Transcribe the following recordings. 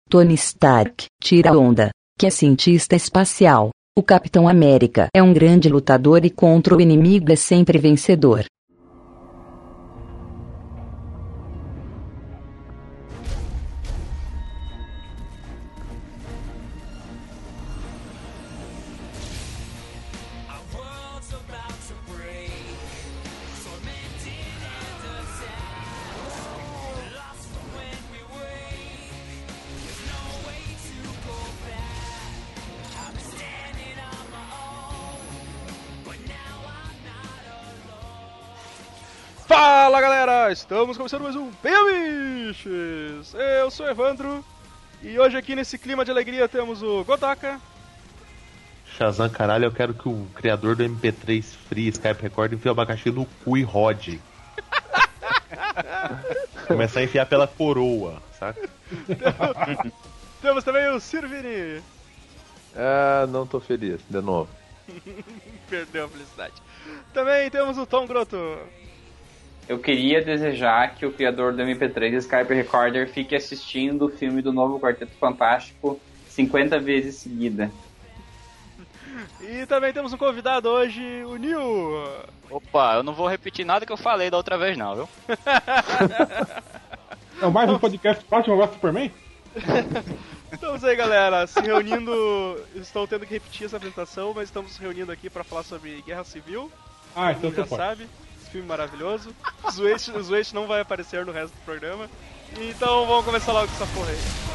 Tony Stark tira onda, que é cientista espacial. O Capitão América é um grande lutador e contra o inimigo é sempre vencedor. Fala galera, estamos começando mais um Biches! Eu sou o Evandro e hoje aqui nesse clima de alegria temos o Godaka. Shazam, caralho, eu quero que o criador do MP3 Free Skype Record enfie o abacaxi no cu e rode. Começar a enfiar pela coroa, saca? Temos também o Sirvini. Ah, não tô feliz, de novo. Perdeu a felicidade. Também temos o Tom Grotto. Eu queria desejar que o criador do MP3 Skype Recorder fique assistindo o filme do novo Quarteto Fantástico 50 vezes seguida. E também temos um convidado hoje, o Nil. Opa, eu não vou repetir nada que eu falei da outra vez não, viu? É mais um podcast Batman vs Superman? Estamos aí, galera, se reunindo. Estou tendo que repetir essa apresentação, mas estamos nos reunindo aqui para falar sobre Guerra Civil. Ah, então já você sabe. Filme maravilhoso. O Zweight não vai aparecer no resto do programa. Então vamos começar logo com essa porra aí.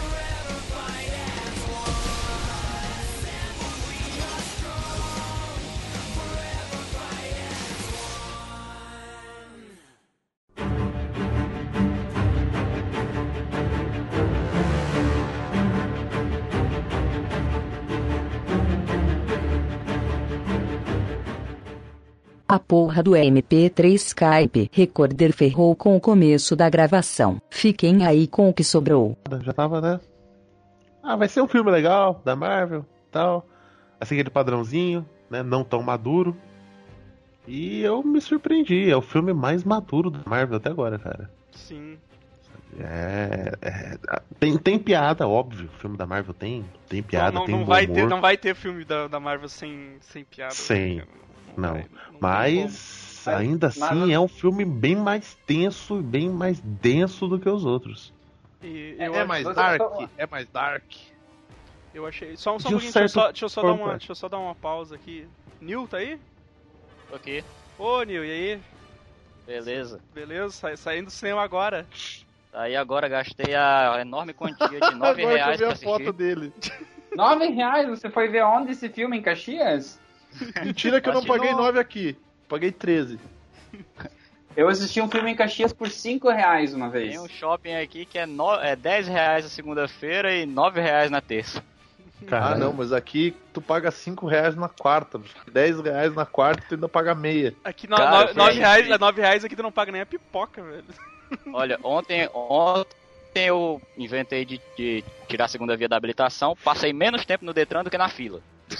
A porra do MP3 Skype Recorder ferrou com o começo da gravação. Fiquem aí com o que sobrou. Já tava, né? Ah, vai ser um filme legal, da Marvel, tal. Assim, aquele padrãozinho, né? Não tão maduro. E eu me surpreendi, é o filme mais maduro da Marvel até agora, cara. Sim. Tem piada, óbvio. O filme da Marvel tem piada, tem não bom vai humor. ter, não vai ter filme da Marvel sem piada. Sem. Não. Mas ainda assim é um filme bem mais tenso e bem mais denso do que os outros. É mais dark. Eu achei. Só um De pouquinho, certo deixa eu só dar uma pausa aqui. Nil, tá aí? Tô aqui. Ô, Nil, e aí? Beleza. Beleza, saindo do cinema agora. Aí agora gastei a enorme quantia de R$9 pra a assistir. foto dele. R$9? Você foi ver onde esse filme, em Caxias? Mentira que eu não paguei 9 aqui. Paguei 13. Eu assisti um filme em Caxias por R$5 uma vez. Tem um shopping aqui que é R$10 na segunda-feira e R$9 na terça. Ah, não, mas aqui tu paga R$5 na quarta. R$10 na quarta e tu ainda paga meia. Aqui Cara, R$9 aqui tu não paga nem a pipoca, velho. Olha, ontem eu inventei de tirar a segunda via da habilitação, passei menos tempo no Detran do que na fila.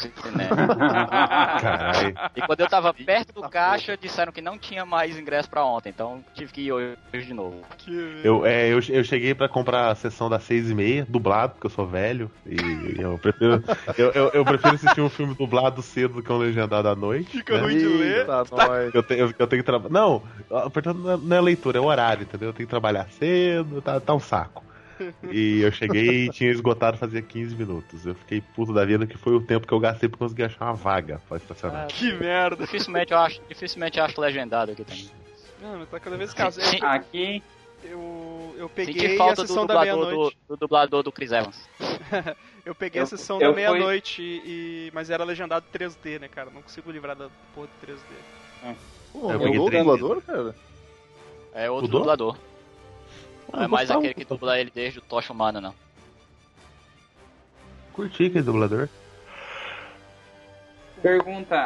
Caralho. E quando eu tava perto do caixa, disseram que não tinha mais ingresso pra ontem, então tive que ir hoje de novo. Eu cheguei pra comprar a sessão das 6h30, dublado, porque eu sou velho. E eu prefiro assistir um filme dublado cedo do que um legendado à noite. Fica ruim de ler. Eu tenho que trabalhar. Não, portanto, não é leitura, é o horário, entendeu? Eu tenho que trabalhar cedo, tá um saco. E eu cheguei e tinha esgotado fazia 15 minutos. Eu fiquei puto da vida, que foi o tempo que eu gastei pra conseguir achar uma vaga pra estacionar. Que merda. Dificilmente eu acho legendado aqui também. Não, mas tá cada vez caso. Aqui Eu peguei senti a falta sessão do da meia-noite. do dublador do Chris Evans. Eu peguei a sessão da meia-noite, mas era legendado 3D, né, cara? Não consigo livrar da porra de 3D. Pô, Eu peguei mudou o 3D. dublador, cara? É outro Mudou? dublador. Não é mais gostava. aquele que dubla ele desde o Tocha Humana, não. Curti aquele dublador. pergunta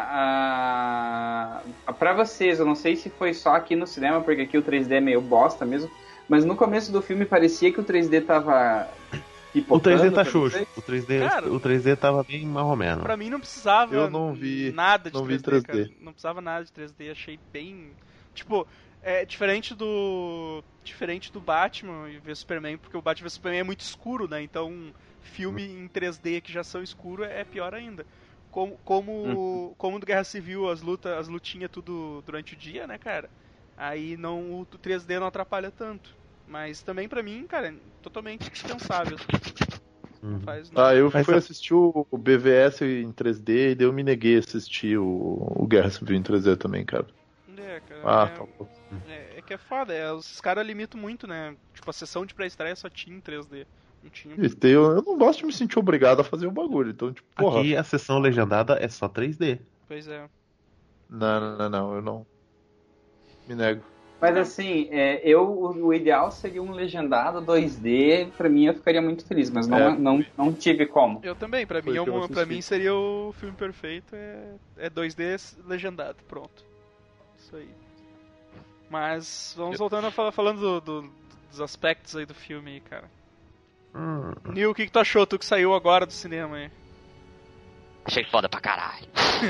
pra vocês, eu não sei se foi só aqui no cinema, porque aqui o 3D é meio bosta mesmo, mas no começo do filme parecia que o 3D tava pipocando. O 3D tá xoxo. Cara, O 3D tava bem marromeno. Pra mim não precisava Eu não vi, nada de não 3D, vi 3D. cara. Não precisava nada de 3D, achei bem... Tipo, É diferente do Batman e ver Superman, porque o Batman e Superman é muito escuro, né? Então, filme em 3D que já são escuro é pior ainda. Como no Guerra Civil as lutinhas tudo durante o dia, né, cara? Aí o 3D não atrapalha tanto. Mas também pra mim, cara, é totalmente dispensável. Não faz nada. Eu fui assistir o BVS em 3D e daí eu me neguei a assistir o Guerra Civil em 3D também, cara. Cara. Tá bom. É que é foda, os caras limitam muito, né? Tipo, a sessão de pré-estreia só tinha em 3D. Não tinha. Eu não gosto de me sentir obrigado a fazer o bagulho, então, tipo, porra. Aqui a sessão legendada é só 3D. Pois é. Não, eu não. Me nego. Mas assim, o ideal seria um legendado 2D, pra mim eu ficaria muito feliz, mas não tive como. Eu também, pra mim seria o filme perfeito, é 2D legendado, pronto. Isso aí. Mas vamos voltando a falando dos aspectos aí do filme aí, cara. Nil, o que tu achou? Tu que saiu agora do cinema aí? Achei foda pra caralho.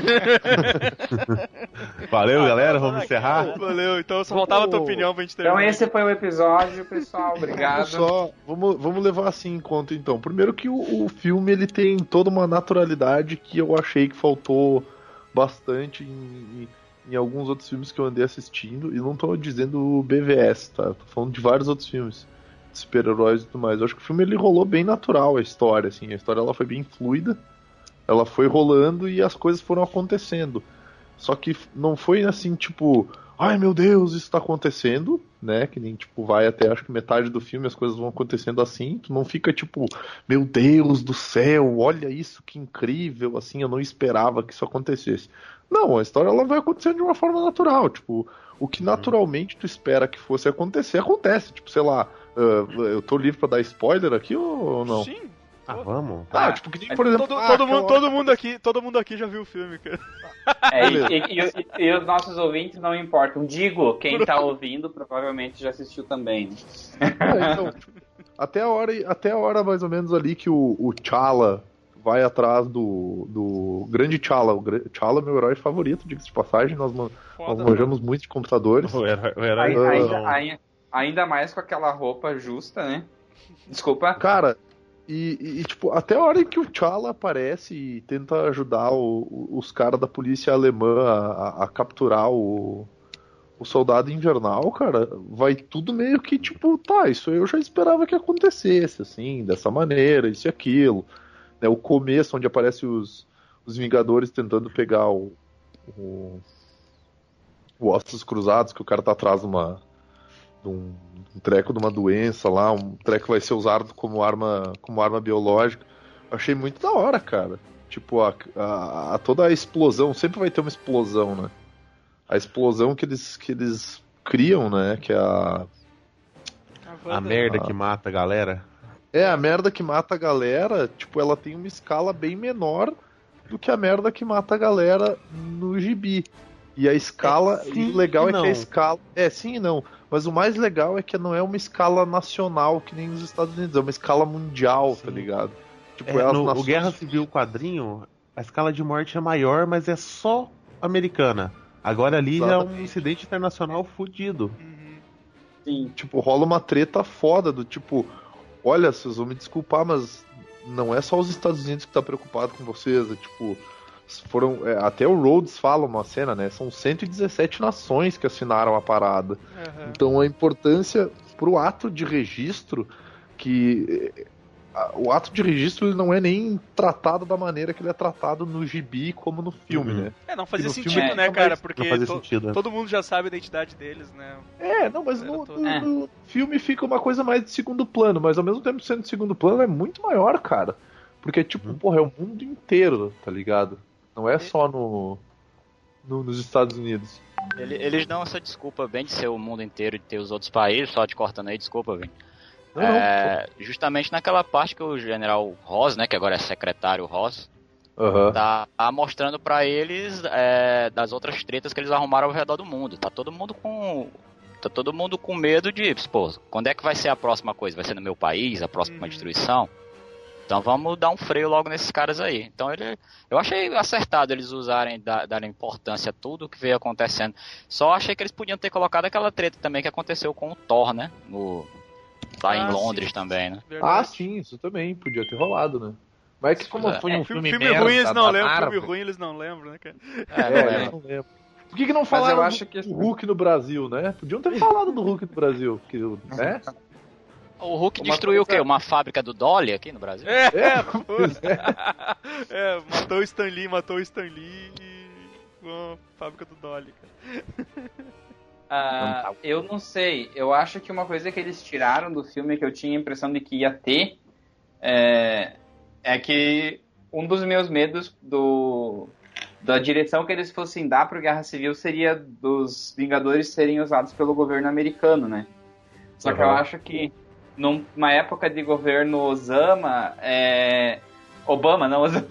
Valeu, galera, vamos encerrar? Valeu, então só faltava a tua opinião pra gente terminar. Então esse foi o episódio, pessoal, obrigado. Vamos levar assim em conta então. Primeiro que o filme ele tem toda uma naturalidade que eu achei que faltou bastante em alguns outros filmes que eu andei assistindo. E não tô dizendo o BVS, tá? Tô falando de vários outros filmes de super-heróis e tudo mais. Eu acho que o filme ele rolou bem natural, a história, assim. A história ela foi bem fluida. Ela foi rolando e as coisas foram acontecendo. Só que não foi assim, tipo, ai meu Deus, isso tá acontecendo, né? Que nem, tipo, vai até acho que metade do filme as coisas vão acontecendo assim. Tu não fica tipo, meu Deus do céu, olha isso, que incrível, assim, eu não esperava que isso acontecesse. Não, a história ela vai acontecendo de uma forma natural. Tipo, o que naturalmente tu espera que fosse acontecer, acontece. Tipo, sei lá, eu tô livre pra dar spoiler aqui ou não? Sim. Vamos. Tipo, que nem, por exemplo, todo mundo aqui já viu o filme, cara. E os nossos ouvintes não importam. Digo, quem tá ouvindo provavelmente já assistiu também. Então, até a hora mais ou menos ali que o T'Challa vai atrás do grande T'Challa. O T'Challa é meu herói favorito, diga-se de passagem. Nós manjamos muito de computadores. O herói Ainda mais com aquela roupa justa, né? Desculpa. Cara, e tipo, até a hora em que o T'Challa aparece e tenta ajudar os caras da polícia alemã a capturar o Soldado Invernal, cara, vai tudo meio que tipo, tá, isso eu já esperava que acontecesse, assim, dessa maneira, isso e aquilo. Né, o começo, onde aparece os Vingadores tentando pegar o Ossos Cruzados, que o cara tá atrás de um treco de uma doença lá, um treco que vai ser usado como arma biológica. Eu achei muito da hora, cara. Tipo, toda a explosão, sempre vai ter uma explosão, né? A explosão que eles criam, né? Que é a merda que mata a galera. A merda que mata a galera, tipo, ela tem uma escala bem menor do que a merda que mata a galera no gibi. E a escala, o legal é que a escala... sim e não. Mas o mais legal é que não é uma escala nacional, que nem nos Estados Unidos. É uma escala mundial, tá ligado? Tipo, o Guerra Civil quadrinho, a escala de morte é maior, mas é só americana. Agora ali já é um incidente internacional fudido. Sim. Tipo, rola uma treta foda do tipo... Olha, vocês vão me desculpar, mas não é só os Estados Unidos que tá preocupado com vocês. Tipo... até o Rhodes fala uma cena, né? São 117 nações que assinaram a parada. Então a importância pro ato de registro, que o ato de registro ele não é nem tratado da maneira que ele é tratado no gibi como no filme, né? Não fazia sentido, né, cara? Porque todo mundo já sabe a identidade deles, né? Mas no filme fica uma coisa mais de segundo plano, mas ao mesmo tempo sendo de segundo plano é muito maior, cara. Porque, tipo, é o mundo inteiro, tá ligado? Não é só nos Estados Unidos. Eles dão essa desculpa bem de ser o mundo inteiro, de ter os outros países, só te cortando aí, desculpa, bem. Justamente naquela parte que o general Ross, né, que agora é secretário Ross, tá mostrando pra eles das outras tretas que eles arrumaram ao redor do mundo. Tá todo mundo com medo de, pô, quando é que vai ser a próxima coisa? Vai ser no meu país, a próxima destruição? Então vamos dar um freio logo nesses caras aí. Então eu achei acertado eles usarem, darem importância a tudo que veio acontecendo. Só achei que eles podiam ter colocado aquela treta também que aconteceu com o Thor, né? Lá em Londres sim, também, né? Ah, sim, isso também podia ter rolado, né? Mas que como foi um filme filme merda ruim eles não da lembram, Marvel, filme ruim eles não lembram, né, cara? eu não lembro. Por que não falaram eu acho que do Hulk no Brasil, né? Podiam ter falado do Hulk no Brasil, né? O Hulk destruiu o quê? Uma fábrica do Dolly aqui no Brasil? Matou o Stan Lee e uma fábrica do Dolly, cara. Eu não sei, eu acho que uma coisa que eles tiraram do filme que eu tinha a impressão de que ia ter é que um dos meus medos da direção que eles fossem dar pro Guerra Civil seria dos Vingadores serem usados pelo governo americano, né? Só que eu acho que numa época de governo Obama, não Osama.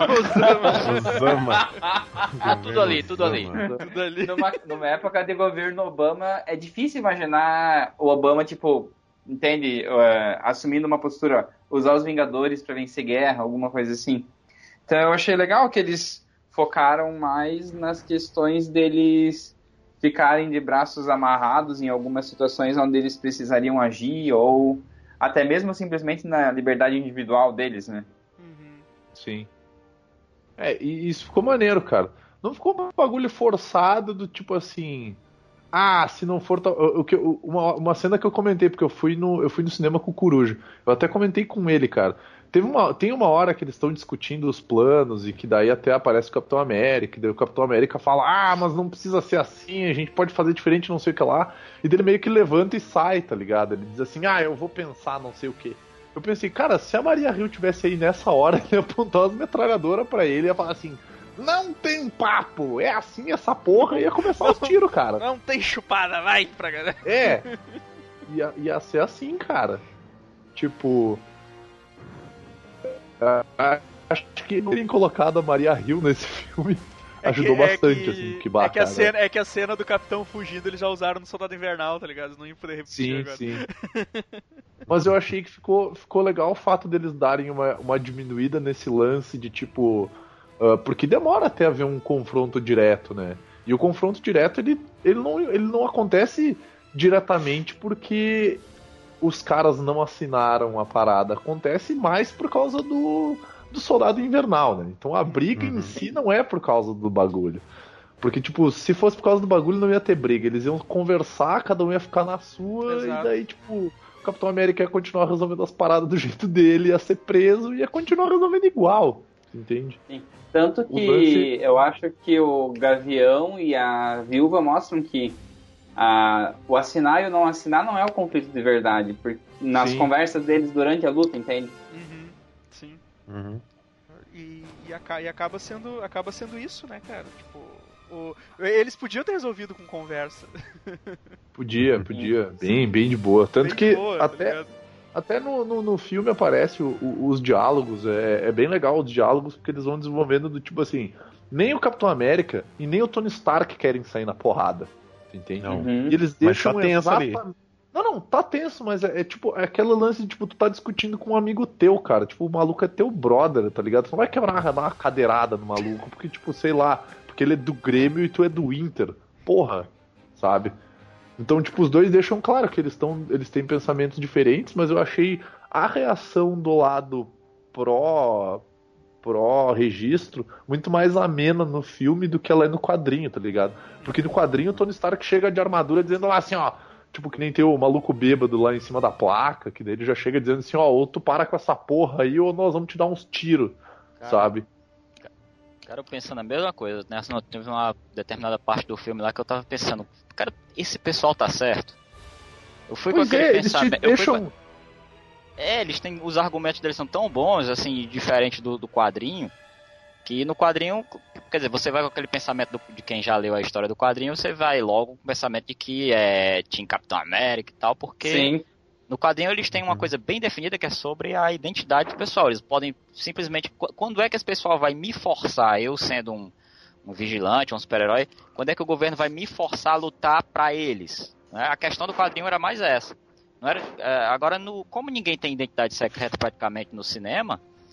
Tudo ali. Numa época de governo Obama, é difícil imaginar o Obama, tipo, entende? Assumindo uma postura, usar os Vingadores pra vencer guerra, alguma coisa assim. Então eu achei legal que eles focaram mais nas questões deles ficarem de braços amarrados em algumas situações onde eles precisariam agir, ou até mesmo simplesmente na liberdade individual deles, né? Sim. E isso ficou maneiro, cara. Não ficou um bagulho forçado do tipo assim... se não for... Uma cena que eu comentei, porque eu fui no cinema com o Coruja. Eu até comentei com ele, cara. Tem uma hora que eles estão discutindo os planos e que daí até aparece o Capitão América, e daí o Capitão América fala, mas não precisa ser assim, a gente pode fazer diferente, não sei o que lá. E daí ele meio que levanta e sai, tá ligado? Ele diz assim, eu vou pensar não sei o que. Eu pensei, cara, se a Maria Hill tivesse aí nessa hora, ele ia apontar as metralhadoras pra ele e ia falar assim, não tem papo, é assim essa porra, e ia começar os tiros, cara. Não tem chupada, vai pra galera. Ia ser assim, cara. Tipo... acho que não terem colocado a Maria Hill nesse filme ajudou bastante, assim, que bacana. É que a cena do Capitão fugindo eles já usaram no Soldado Invernal, tá ligado? Eles não iam poder repetir agora. Sim. Mas eu achei que ficou legal o fato deles darem uma diminuída nesse lance de tipo... porque demora até haver um confronto direto, né? E o confronto direto, ele não acontece diretamente porque os caras não assinaram a parada. Acontece mais por causa do Soldado Invernal, né? Então a briga em si não é por causa do bagulho. Porque, tipo, se fosse por causa do bagulho não ia ter briga. Eles iam conversar, cada um ia ficar na sua. Exato. E daí, tipo, o Capitão América ia continuar resolvendo as paradas do jeito dele, ia ser preso e ia continuar resolvendo igual. Entende? Sim. Tanto que eu acho que o Gavião e a Viúva mostram que o assinar e o não assinar não é o conflito de verdade, porque nas conversas deles durante a luta, entende? Sim. E acaba sendo isso, né, cara? Tipo, eles podiam ter resolvido com conversa. Podia. Bem de boa. Tanto que até no filme aparece os diálogos. É bem legal os diálogos, porque eles vão desenvolvendo do tipo assim, nem o Capitão América e nem o Tony Stark querem sair na porrada. Entende? E eles deixam mas tá tenso ali. Não, tá tenso, mas é tipo, é aquele lance de, tipo, tu tá discutindo com um amigo teu, cara. Tipo, o maluco é teu brother, tá ligado? Tu não vai dar uma cadeirada no maluco, porque, tipo, sei lá, porque ele é do Grêmio e tu é do Inter. Porra, sabe? Então, tipo, os dois deixam claro que eles têm pensamentos diferentes, mas eu achei a reação do lado pró-registro muito mais amena no filme do que ela é no quadrinho, tá ligado? Porque no quadrinho o Tony Stark chega de armadura dizendo lá assim, ó, tipo que nem tem o maluco bêbado lá em cima da placa, que daí ele já chega dizendo assim, ó, ou tu para com essa porra aí ou nós vamos te dar uns tiros, sabe? Cara, eu pensando a mesma coisa, né? Teve uma determinada parte do filme lá que eu tava pensando, cara, esse pessoal tá certo? Eu fui com aquele pensamento... Eles têm... Os argumentos deles são tão bons, assim, diferente do quadrinho, que no quadrinho... Quer dizer, você vai com aquele pensamento de quem já leu a história do quadrinho, você vai logo com o pensamento de que tinha Capitão América e tal, porque... Sim. No quadrinho eles têm uma coisa bem definida que é sobre a identidade do pessoal. Eles podem simplesmente... Quando é que esse pessoal vai me forçar, eu sendo um vigilante, um super-herói, quando é que o governo vai me forçar a lutar pra eles? Né? A questão do quadrinho era mais essa. Não era, agora, como ninguém tem identidade secreta praticamente no cinema,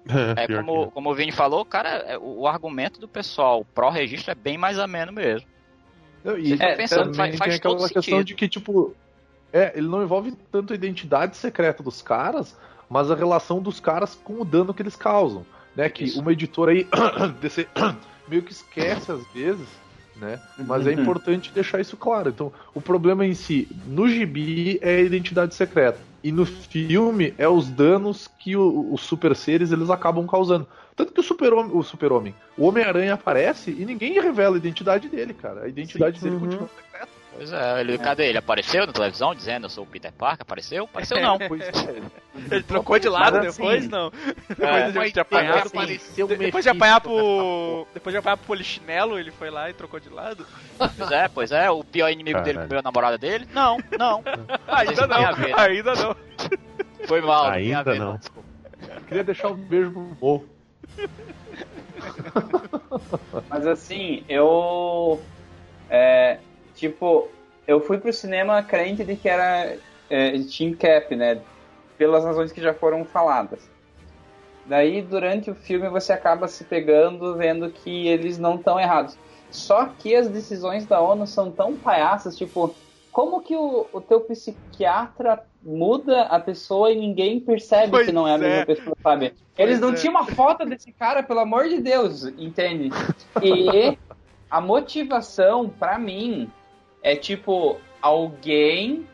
Como o Vini falou, cara, o argumento do pessoal pró-registro é bem mais ameno mesmo. E pensando, também faz tem aquela todo questão sentido. de que, tipo, ele não envolve tanto a identidade secreta dos caras, mas a relação dos caras com o dano que eles causam, né? Que uma editora aí meio que esquece às vezes, né? Mas é importante deixar isso claro. Então, o problema em si, no gibi, é a identidade secreta. E no filme, é os danos que os super seres eles acabam causando. Tanto que o Homem-Aranha aparece e ninguém revela a identidade dele, cara. A identidade dele continua secreta. Pois é, cadê ele? Apareceu na televisão dizendo eu sou o Peter Parker? Apareceu? Apareceu não. Ele trocou de lado Mas, depois, assim, não. Depois de apanhar depois de apanhar pro Polichinelo, ele foi lá e trocou de lado. Pois é, o pior inimigo dele comeu a namorada dele? Não. Ainda não, ainda não. Foi mal. Ainda não. Queria deixar um beijo pro Mo. Mas assim, eu fui pro cinema crente de que era Team Cap, né? Pelas razões que já foram faladas. Daí, durante o filme, você acaba se pegando, vendo que eles não estão errados. Só que as decisões da ONU são tão palhaças, tipo, como que o teu psiquiatra muda a pessoa e ninguém percebe que não é a mesma pessoa, sabe? Eles não tinham uma foto desse cara, pelo amor de Deus, entende? E a motivação, pra mim, é tipo, alguém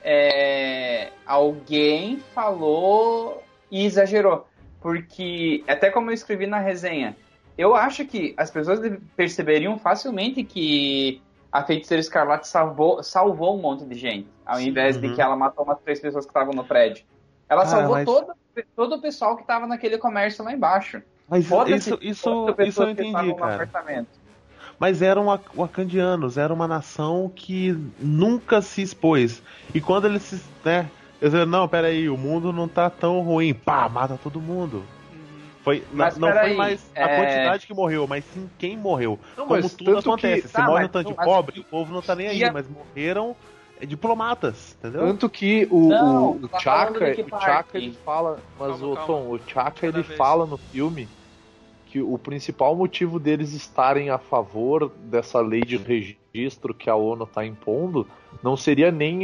falou e exagerou. Porque, até como eu escrevi na resenha, eu acho que as pessoas perceberiam facilmente que a Feiticeira Escarlate salvou um monte de gente, ao invés de que ela matou umas 3 pessoas que estavam no prédio. Ela salvou todo o pessoal que estava naquele comércio lá embaixo. Mas isso eu entendi, cara. Mas eram wakandianos, era uma nação que nunca se expôs. E quando eles se... né, eles disseram, não, peraí, o mundo não tá tão ruim. Pá, mata todo mundo. Não foi mais a quantidade que morreu, mas sim quem morreu. Não, como mas tudo acontece. Se morre um tanto tanto de pobre, o povo não tá nem aí, mas morreram diplomatas, entendeu? Tanto que o Chaka ele fala, mas Tom, o Chaka ele fala no filme que o principal motivo deles estarem a favor dessa lei de registro que a ONU está impondo não seria nem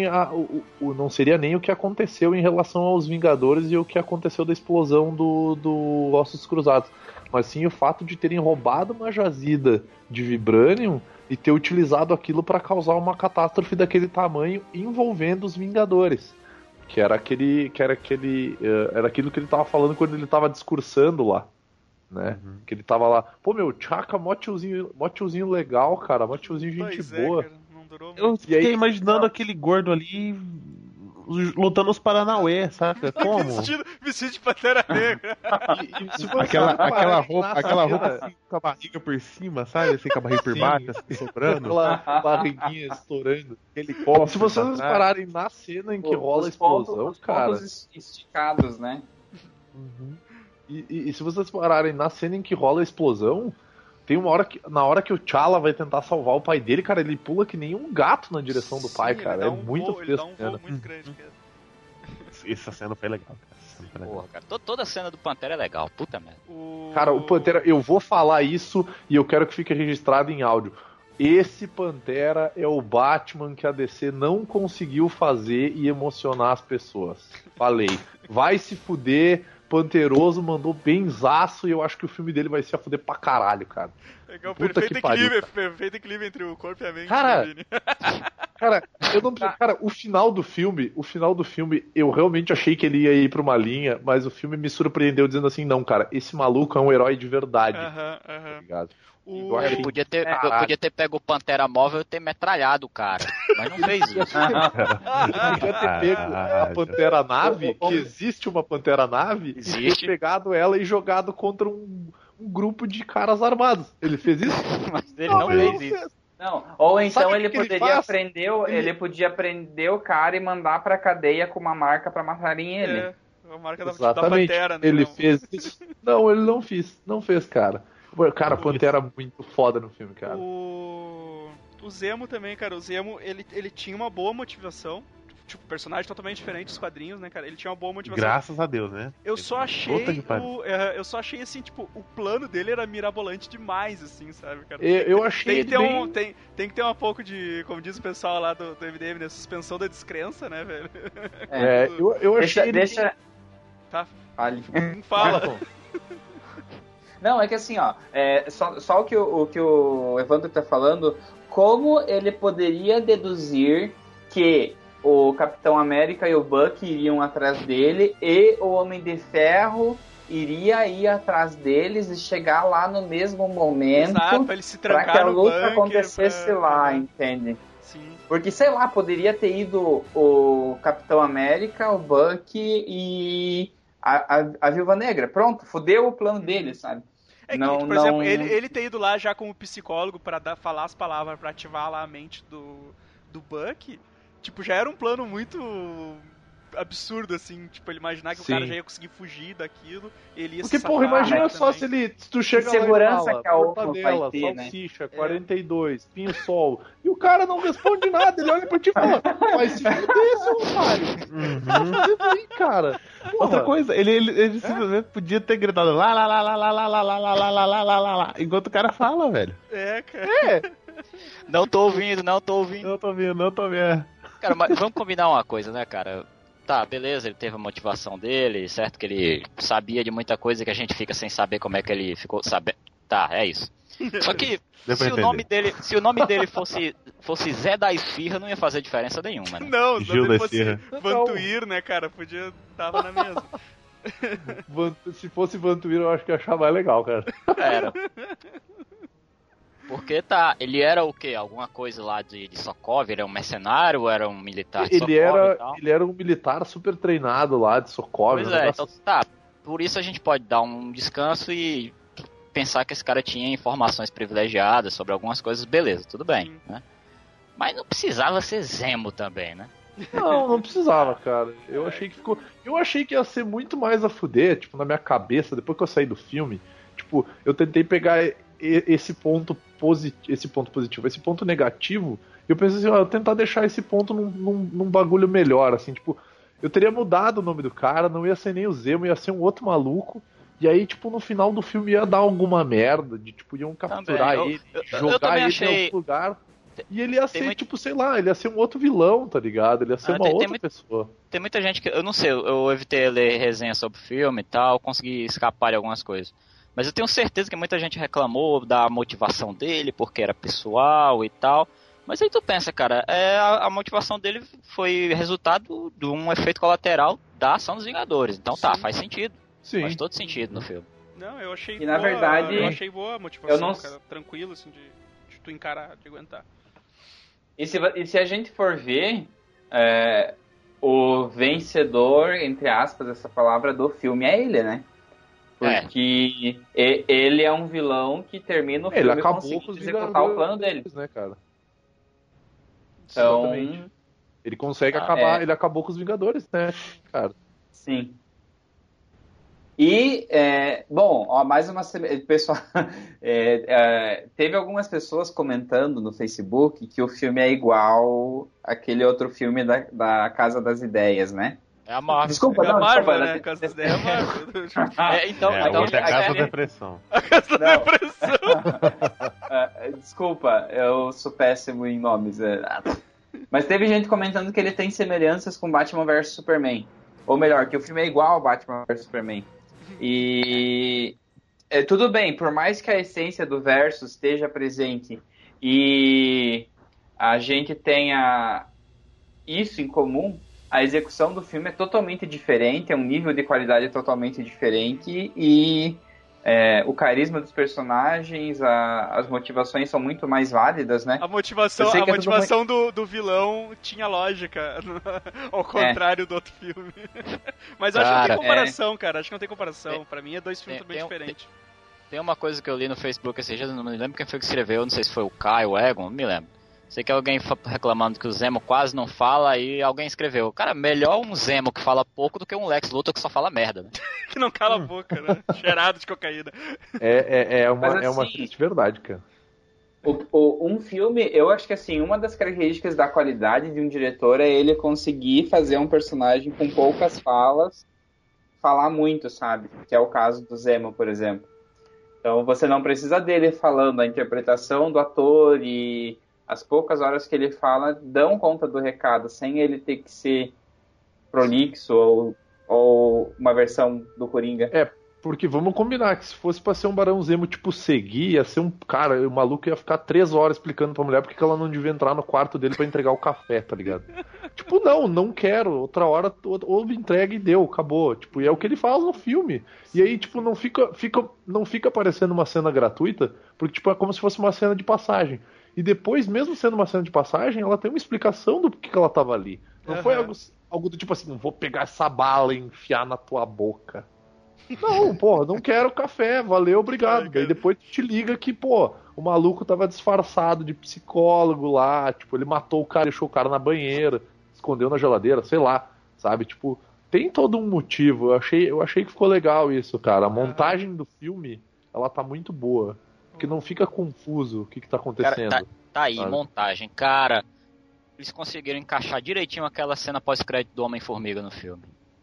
o que aconteceu em relação aos Vingadores e o que aconteceu da explosão do Ossos Cruzados, mas sim o fato de terem roubado uma jazida de Vibranium e ter utilizado aquilo para causar uma catástrofe daquele tamanho envolvendo os Vingadores. Era aquilo que ele estava falando quando ele estava discursando lá. Né? Que ele tava lá, pô, meu, Chaka, mó tiozinho legal, cara, mó tiozinho gente boa. Cara, não durou muito. Eu fiquei imaginando aquele gordo ali lutando os Paranauê, saca? Como? vestido de Pantera Negra. Aquela roupa assim, com a barriga por cima, sabe? Assim, com a barriga por baixo, assim, sobrando. Aquela barriguinha estourando. Helicóptero. Se vocês pararem na cena em que rola a explosão, cara. Pontos esticados, né? E se vocês pararem na cena em que rola a explosão, tem uma hora que, na hora que o T'Challa vai tentar salvar o pai dele, cara, ele pula que nem um gato na direção do pai, cara. É muito fresco. Ele dá um voo muito grande, cara. Essa cena foi legal, cara. Porra, cara, toda a cena do Pantera é legal, puta merda. Cara, o Pantera, eu vou falar isso e eu quero que fique registrado em áudio. Esse Pantera é o Batman que a DC não conseguiu fazer e emocionar as pessoas. Falei. Vai se fuder. Panteroso mandou benzaço e eu acho que o filme dele vai se a fuder pra caralho, cara. Legal, perfeito equilíbrio entre o corpo e a mente. Cara, o final do filme, eu realmente achei que ele ia ir pra uma linha, mas o filme me surpreendeu dizendo assim, não, cara, esse maluco é um herói de verdade. Tá ligado? Ele podia ter pego o Pantera Móvel e ter metralhado o cara, mas não fez isso. Ele podia ter pego a Pantera Nave, que existe uma Pantera Nave, e ter pegado ela e jogado contra um grupo de caras armados. Ele fez isso? Mas ele não fez isso. Não, ou então ele podia prender o cara e mandar pra cadeia com uma marca pra matarem ele. A marca da Pantera, né? Ele fez isso. Não, ele não fez, cara. Cara, Pantera muito foda no filme, cara. O Zemo também, cara. O Zemo, ele tinha uma boa motivação. tipo, personagem totalmente diferente dos quadrinhos, né, cara? Ele tinha uma boa motivação. Graças a Deus, né? Eu só achei assim, tipo, o plano dele era mirabolante demais, assim, sabe, cara? Eu achei tem que ter um pouco de, como diz o pessoal lá do MDM, né, suspensão da descrença, né, velho? Eu achei Tá. Fale. Fala. Não, é que assim, ó, só o que o Evandro tá falando, como ele poderia deduzir que o Capitão América e o Buck iriam atrás dele e o Homem de Ferro iria ir atrás deles e chegar lá no mesmo momento. Exato, pra ele se trancar pra que a no luta bunker, acontecesse lá, entende? Sim. Porque, sei lá, poderia ter ido o Capitão América, o Buck e a Viúva Negra. Pronto, fodeu o plano dele, sabe? Que, por exemplo, ele ter ido lá já como psicólogo pra falar as palavras, pra ativar lá a mente do Buck, tipo, já era um plano muito absurdo, assim, tipo, ele imaginar que o cara já ia conseguir fugir daquilo, ele ia Porque, se safar, imagina só se tu chega segurança lá e fala, que a outra mortadela, vai ter, salsicha, 42, pinho-sol, e o cara não responde nada, ele olha pra ti e fala, vai se fuder, seu otário. Cara. Outra coisa, ele simplesmente podia ter gritado lá, enquanto o cara fala, velho. Cara. Não tô ouvindo. Não tô vendo. Cara, mas vamos combinar uma coisa, né, cara? Tá, beleza, ele teve a motivação dele, certo que ele sabia de muita coisa que a gente fica sem saber como é que ele ficou sabendo. Tá, é isso. Só que se o nome dele fosse Zé da Esfirra, não ia fazer diferença nenhuma, né? Não, se ele fosse Esfirra. Vantuir, né, cara, tava na mesma. Se fosse Vantuir, eu acho que ia achar mais legal, cara. Era. Porque ele era o quê? Alguma coisa lá de Sokovia? Era um mercenário? Era um militar de Sokovia e tal? Ele era um militar super treinado lá de Sokovia. Pois é, então tá. Por isso a gente pode dar um descanso e pensar que esse cara tinha informações privilegiadas sobre algumas coisas, beleza, tudo bem, né? Mas não precisava ser Zemo também, né? Não precisava, cara. Eu achei que ia ser muito mais a fuder, tipo, na minha cabeça, depois que eu saí do filme, tipo, eu tentei pegar esse ponto positivo, esse ponto negativo, e eu pensei assim, eu tentar deixar esse ponto num bagulho melhor, assim, tipo, eu teria mudado o nome do cara, não ia ser nem o Zemo, ia ser um outro maluco, e aí, tipo, no final do filme ia dar alguma merda, de, tipo, iam capturar ele, jogar ele em outro lugar, e ele ia ser, tipo, sei lá, ele ia ser um outro vilão, tá ligado? Ele ia ser uma outra pessoa. Tem muita gente que, eu não sei, eu evitei ler resenha sobre o filme e tal, consegui escapar de algumas coisas. Mas eu tenho certeza que muita gente reclamou da motivação dele, porque era pessoal e tal. Mas aí tu pensa, cara, a motivação dele foi resultado de um efeito colateral da ação dos Vingadores. Então tá, faz sentido. Sim. Faz todo sentido no filme. Não, eu achei na verdade, eu achei boa a motivação, cara, tranquilo, assim, de tu encarar, de aguentar. E se a gente for ver, o vencedor, entre aspas, essa palavra do filme é ele, né? Porque ele é um vilão que termina o filme ele acabou conseguindo com os executar o plano dele. Né, cara? Então, exatamente. Ele consegue acabar, ele acabou com os Vingadores, né, cara? Sim. E, mais uma... Pessoal, teve algumas pessoas comentando no Facebook que o filme é igual aquele outro filme da Casa das Ideias, né? É a Marvel. Desculpa, é a Marvel, né? Casa das Ideias é a Marvel. Então, outra é a Casa da Depressão. A Casa da Depressão. Desculpa, eu sou péssimo em nomes. Mas teve gente comentando que ele tem semelhanças com Batman vs Superman. Ou melhor, que o filme é igual ao Batman vs Superman. E tudo bem, por mais que a essência do verso esteja presente e a gente tenha isso em comum, a execução do filme é totalmente diferente, é um nível de qualidade totalmente diferente e o carisma dos personagens, as motivações são muito mais válidas, né? A motivação do vilão tinha lógica, ao contrário do outro filme. Mas eu acho que não tem comparação, cara. Acho que não tem comparação. Pra mim é dois filmes também diferentes. Tem uma coisa que eu li no Facebook esses dias, não me lembro quem foi que escreveu, não sei se foi o Caio, o Egon, não me lembro. Sei que alguém reclamando que o Zemo quase não fala e alguém escreveu. Cara, melhor um Zemo que fala pouco do que um Lex Luthor que só fala merda, né? Que não cala a boca, né? Cheirado de cocaína. É uma triste verdade, cara. Um filme, eu acho que assim, uma das características da qualidade de um diretor é ele conseguir fazer um personagem com poucas falas falar muito, sabe? Que é o caso do Zemo, por exemplo. Então você não precisa dele falando, a interpretação do ator e as poucas horas que ele fala dão conta do recado, sem ele ter que ser prolixo ou uma versão do Coringa. Porque vamos combinar que se fosse pra ser um Barão Zemo tipo seguir, ia ser um cara, o maluco ia ficar 3 horas explicando pra mulher porque ela não devia entrar no quarto dele pra entregar o café, tá ligado? Tipo, não quero, outra hora ou me entrega e deu, acabou. Tipo, e é o que ele faz no filme. E aí, tipo, não fica parecendo uma cena gratuita, porque tipo, é como se fosse uma cena de passagem. E depois, mesmo sendo uma cena de passagem, ela tem uma explicação do porquê que ela tava ali. Não foi algo do tipo assim, não vou pegar essa bala e enfiar na tua boca. Não, pô, não quero café, valeu, obrigado. Daí depois tu te liga que, pô, o maluco tava disfarçado de psicólogo lá, tipo, ele matou o cara, deixou o cara na banheira, escondeu na geladeira, sei lá, sabe? Tipo, tem todo um motivo. Eu achei que ficou legal isso, cara. A montagem do filme, ela tá muito boa. Porque não fica confuso o que tá acontecendo. Cara, tá aí, sabe? montagem. Cara, eles conseguiram encaixar direitinho aquela cena pós-crédito do Homem-Formiga no filme.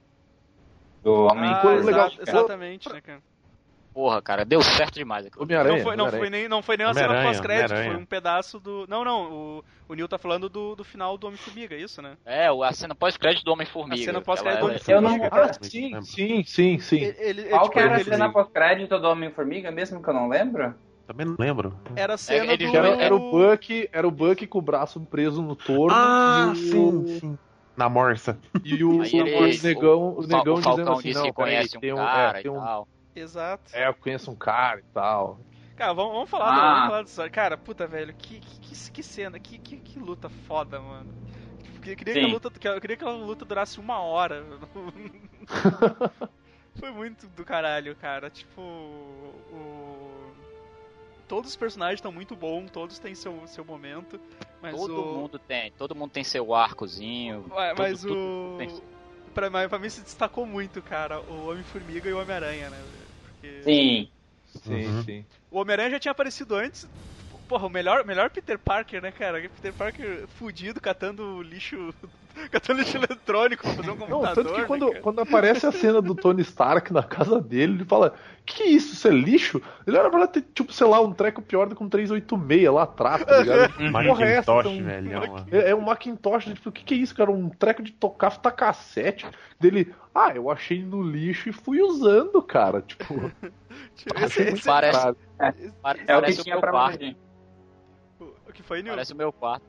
Do Homem legal. Exatamente, né, cara? Porra, cara, deu certo demais aquilo. Homem-Aranha. Não foi nem uma cena Homem-Aranha, pós-crédito, foi Homem-Aranha. um pedaço do... Não, o Neil tá falando do final do Homem-Formiga, isso, né? É, a cena pós-crédito do Homem-Formiga. A cena pós-crédito do Eu Homem-Formiga. não... Sim. Qual que era a ele- cena pós-crédito do Homem-Formiga, mesmo que eu não lembro? Também não lembro. Era a cena ele do... já Era o Bucky com o braço preso no torno. Sim. Na morsa. E o Aí ele- negão o dizendo Falcão assim, disse não, que conhece peraí, um cara tem e tal. Exato. eu conheço um cara e tal. Cara, vamos falar disso. Cara, puta, velho, que cena, que luta foda, mano. Eu queria que aquela luta durasse 1 hora. Foi muito do caralho, cara. Tipo, todos os personagens estão muito bons, todos têm seu momento, mas Todo mundo tem seu arcozinho. Mas tudo tem... pra mim se destacou muito, cara, o Homem-Formiga e o Homem-Aranha, né? Porque... Sim. Sim. O Homem-Aranha já tinha aparecido antes. Porra, o melhor Peter Parker, né, cara? Peter Parker fudido, catando lixo eletrônico pra fazer um computador. Tanto que né, quando aparece a cena do Tony Stark na casa dele, ele fala: que é isso? Isso é lixo? Ele era pra ter, tipo, sei lá, um treco pior do que um 386 lá atrás, tá ligado? Porra, é essa? Macintosh, velhão. É um Macintosh, tipo, o que é isso, cara? Um treco de tocar fita cassete dele. Eu achei no lixo e fui usando, cara. Tipo, Parece É o que parece tinha meu pra quarto. hoje. O que foi, Nil? Parece o meu quarto.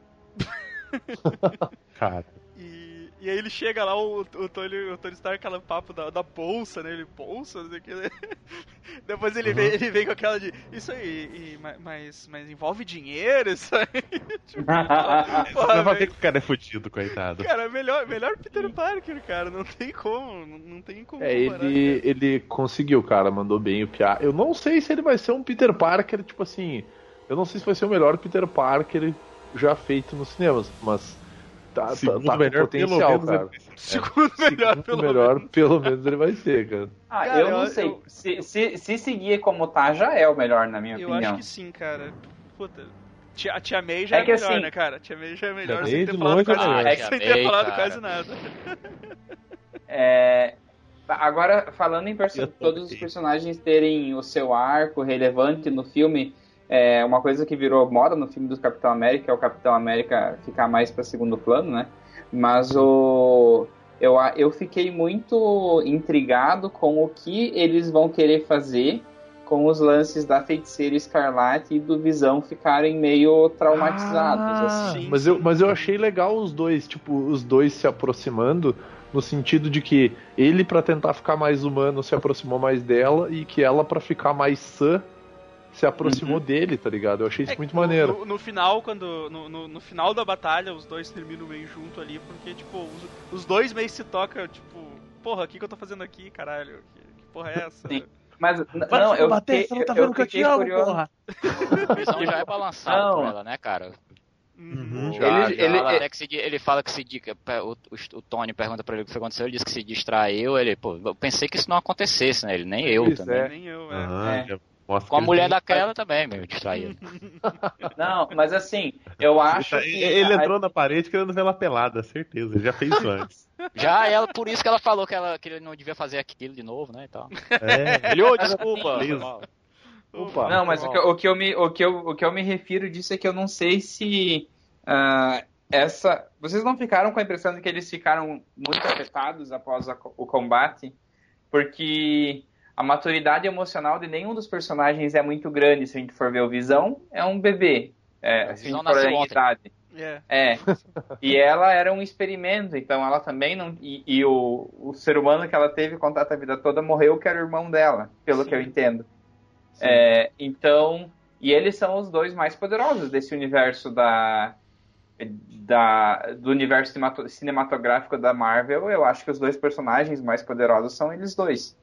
Cara. E aí ele chega lá, o Tony Stark, aquele papo da bolsa, né? Ele, bolsa, não sei o que. Depois ele vem com aquela de, isso aí, mas envolve dinheiro, isso aí. Tipo, Você vai ver que o cara é fudido, coitado. Cara, melhor Peter Parker, cara, não tem como comparar, ele conseguiu, cara, mandou bem o piá. Eu não sei se ele vai ser um Peter Parker, tipo assim, eu não sei se vai ser o melhor Peter Parker já feito nos cinemas, mas tá com melhor, potencial, pelo cara. Segundo melhor, Pelo menos ele vai ser, cara. Cara, eu não sei. Se seguir como tá, já é o melhor, na minha opinião. Eu acho que sim, cara. Puta. A Tia May já é melhor, assim, né, cara? A Tia May já é melhor May sem de ter falado longe é quase melhor. nada. Tia Sem May, ter falado cara. quase nada. Agora, falando em todos os personagens terem o seu arco relevante no filme, uma coisa que virou moda no filme do Capitão América é o Capitão América ficar mais para segundo plano, né? Mas eu fiquei muito intrigado com o que eles vão querer fazer com os lances da Feiticeira Escarlate e do Visão ficarem meio traumatizados. Assim. Mas eu achei legal os dois se aproximando, no sentido de que ele, pra tentar ficar mais humano, se aproximou mais dela, e que ela, pra ficar mais sã, se aproximou dele, tá ligado? Eu achei isso muito maneiro. No final, no final da batalha, os dois terminam meio junto ali, porque, tipo, os dois meio se tocam, tipo, porra, o que eu tô fazendo aqui, caralho? Que porra é essa? Sim. Mas, não, eu bater, fiquei, você não tá vendo que eu te amo, curioso. porra. O Visão já é balançado por ela, né, cara? Ele fala que o Tony pergunta pra ele o que aconteceu, ele disse que se distraiu, eu pensei que isso não acontecesse, né? Ele, nem eu também. Nem eu, Mostra Com a que mulher ele daquela também, meio distraído. Não, mas assim, eu acho que... Ele entrou na parede querendo ver ela pelada, certeza. Ele já fez isso antes. Já ela, por isso que ela falou que ele não devia fazer aquilo de novo, né, e tal. É. Ele, desculpa. Isso. Mal. Opa, Não, mas o que eu me refiro disso é que eu não sei se vocês não ficaram com a impressão de que eles ficaram muito afetados após o combate, porque a maturidade emocional de nenhum dos personagens é muito grande. Se a gente for ver o Visão, é um bebê, se a gente for ver a idade. E ela era um experimento, então ela também não... E o ser humano que ela teve contato a vida toda morreu, que era o irmão dela, pelo que eu entendo. Então, e eles são os dois mais poderosos desse universo do universo cinematográfico da Marvel. Eu acho que os dois personagens mais poderosos são eles dois.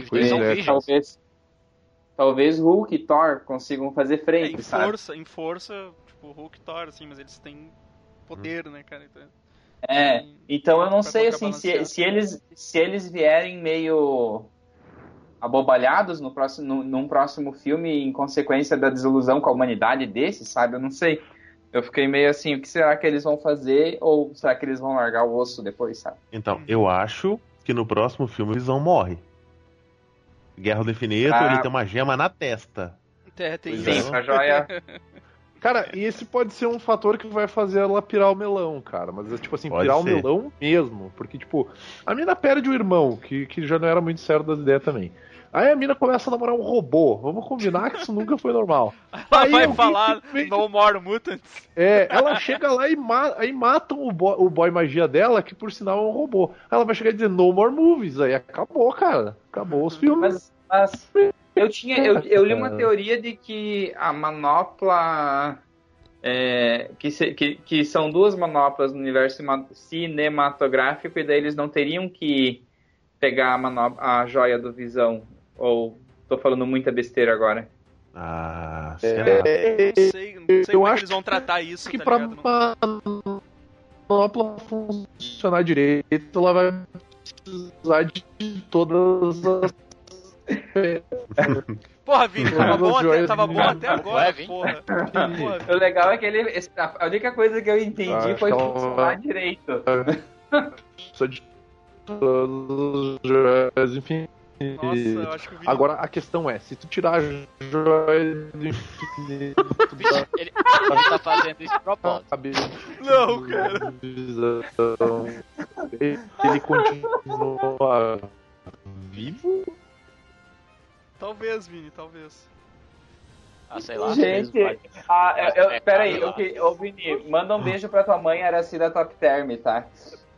Talvez Hulk e Thor consigam fazer frente, em força, tipo Hulk e Thor, assim, mas eles têm poder, né, cara? Então eu não sei, assim, se eles vierem meio abobalhados num próximo filme em consequência da desilusão com a humanidade desses, sabe? Eu não sei. Eu fiquei meio assim, o que será que eles vão fazer? Ou será que eles vão largar o osso depois, sabe? Então, eu acho que no próximo filme o Visão morre. Guerra do Infinito, ele tem uma gema na testa. Sim, a joia... Cara, e esse pode ser um fator que vai fazer ela pirar o melão, cara. Mas é tipo assim, pode pirar ser. o melão mesmo. Porque, tipo, a mina perde o irmão, que já não era muito sério das ideias também. Aí a mina começa a namorar um robô. Vamos combinar que isso nunca foi normal. Ela vai falar No More Mutants. Ela chega lá e matam o boy magia dela, que por sinal é um robô. Aí ela vai chegar e dizer No More Movies. Aí acabou, cara. Acabou os filmes. Mas eu li uma teoria de que a manopla... que são duas manoplas no universo cinematográfico, e daí eles não teriam que pegar a joia do Visão. Ou tô falando muita besteira agora? Sei lá. Não sei como eles vão tratar isso, que tá pra ligado? manopla funcionar direito, ela vai precisar de todas as... Porra, Vini, tava bom até agora, porra. O legal é que a única coisa que eu entendi foi funcionar direito. Só de todas as joias, enfim. Nossa, eu acho que o Vini... Agora a questão é, se tu tirar a joia do infinito... Ele tá fazendo isso de propósito. Não, cara. Ele continua vivo? Talvez, Vini, talvez. Sei lá. Gente, peraí, Vini, manda um beijo pra tua mãe, Aracida Top Term, tá?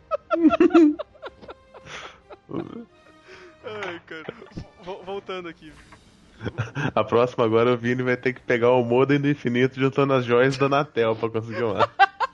Ai, cara. Voltando aqui. A próxima agora o Vini vai ter que pegar o modem do infinito juntando as joias da Anatel pra conseguir lá.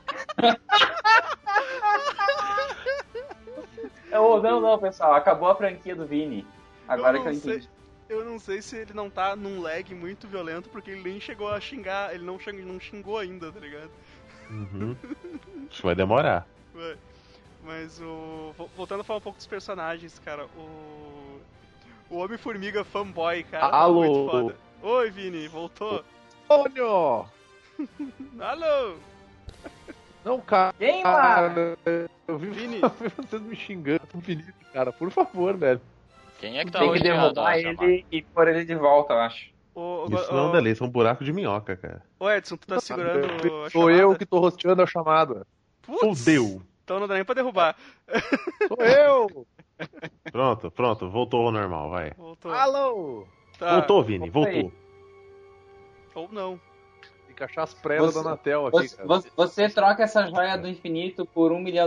Não, pessoal, acabou a franquia do Vini. Agora que eu entendi. Eu não sei se ele não tá num lag muito violento, porque ele nem chegou a xingar, ele não xingou ainda, tá ligado? Acho que vai demorar. Vai. Mas voltando a falar um pouco dos personagens, cara, o Homem-Formiga fanboy, cara, Alô. é muito foda. Oi, Vini, voltou? Antônio! Alô! Não, cara. Quem lá? Eu vi Vini. vocês me xingando infinito, cara. Por favor, velho. Quem é que tá Tem que hoje derrubar ele e pôr ele de volta, eu acho. Isso não é um delay, isso é um buraco de minhoca, cara. Ô, Edson, tu tá segurando a Sou chamada? eu que tô rosteando a chamada. Fudeu! Então não dá nem pra derrubar. Sou eu! Pronto, voltou ao normal, vai. Voltou. Alô! Tá. Voltou, Vini, voltou. Ou não. Tem que achar as pregas da Anatel aqui, cara. Você troca essa joia do infinito por R$1 milhão.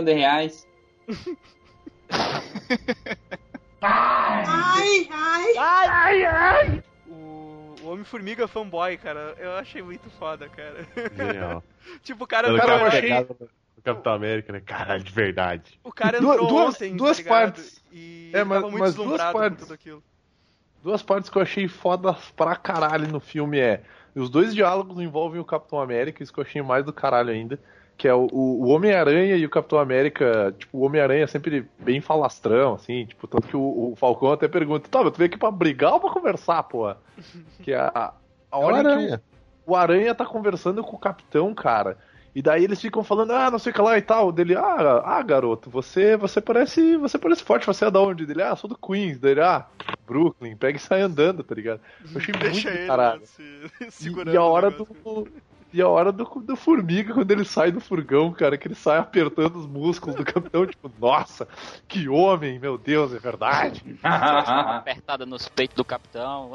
O Homem-Formiga fanboy, cara, eu achei muito foda, cara. Genial. Tipo, o cara... Eu achei... O Capitão América, né? Caralho, de verdade. O cara entrou ontem, duas tá ligado? partes. E mas tava muito deslumbrado duas partes. com tudo aquilo. Duas partes que eu achei foda pra caralho no filme os dois diálogos envolvem o Capitão América, isso que eu achei mais do caralho ainda. que é o Homem-Aranha e o Capitão América. Tipo, o Homem-Aranha é sempre bem falastrão, assim, tipo, tanto que o Falcão até pergunta, tá, tu veio aqui pra brigar ou pra conversar, pô? Que a hora em que o Aranha tá conversando com o Capitão, cara, e daí eles ficam falando, não sei o que lá e tal, dele, garoto, você parece forte, você é da onde? Dele, sou do Queens, dele, Brooklyn, pega e sai andando, tá ligado? Eu achei Deixa muito ele, caralho. Segurando E a hora o negócio. E a hora do Formiga, quando ele sai do furgão, cara, que ele sai apertando os músculos do Capitão, tipo, nossa, que homem, meu Deus, é verdade. Uma apertada nos peitos do Capitão.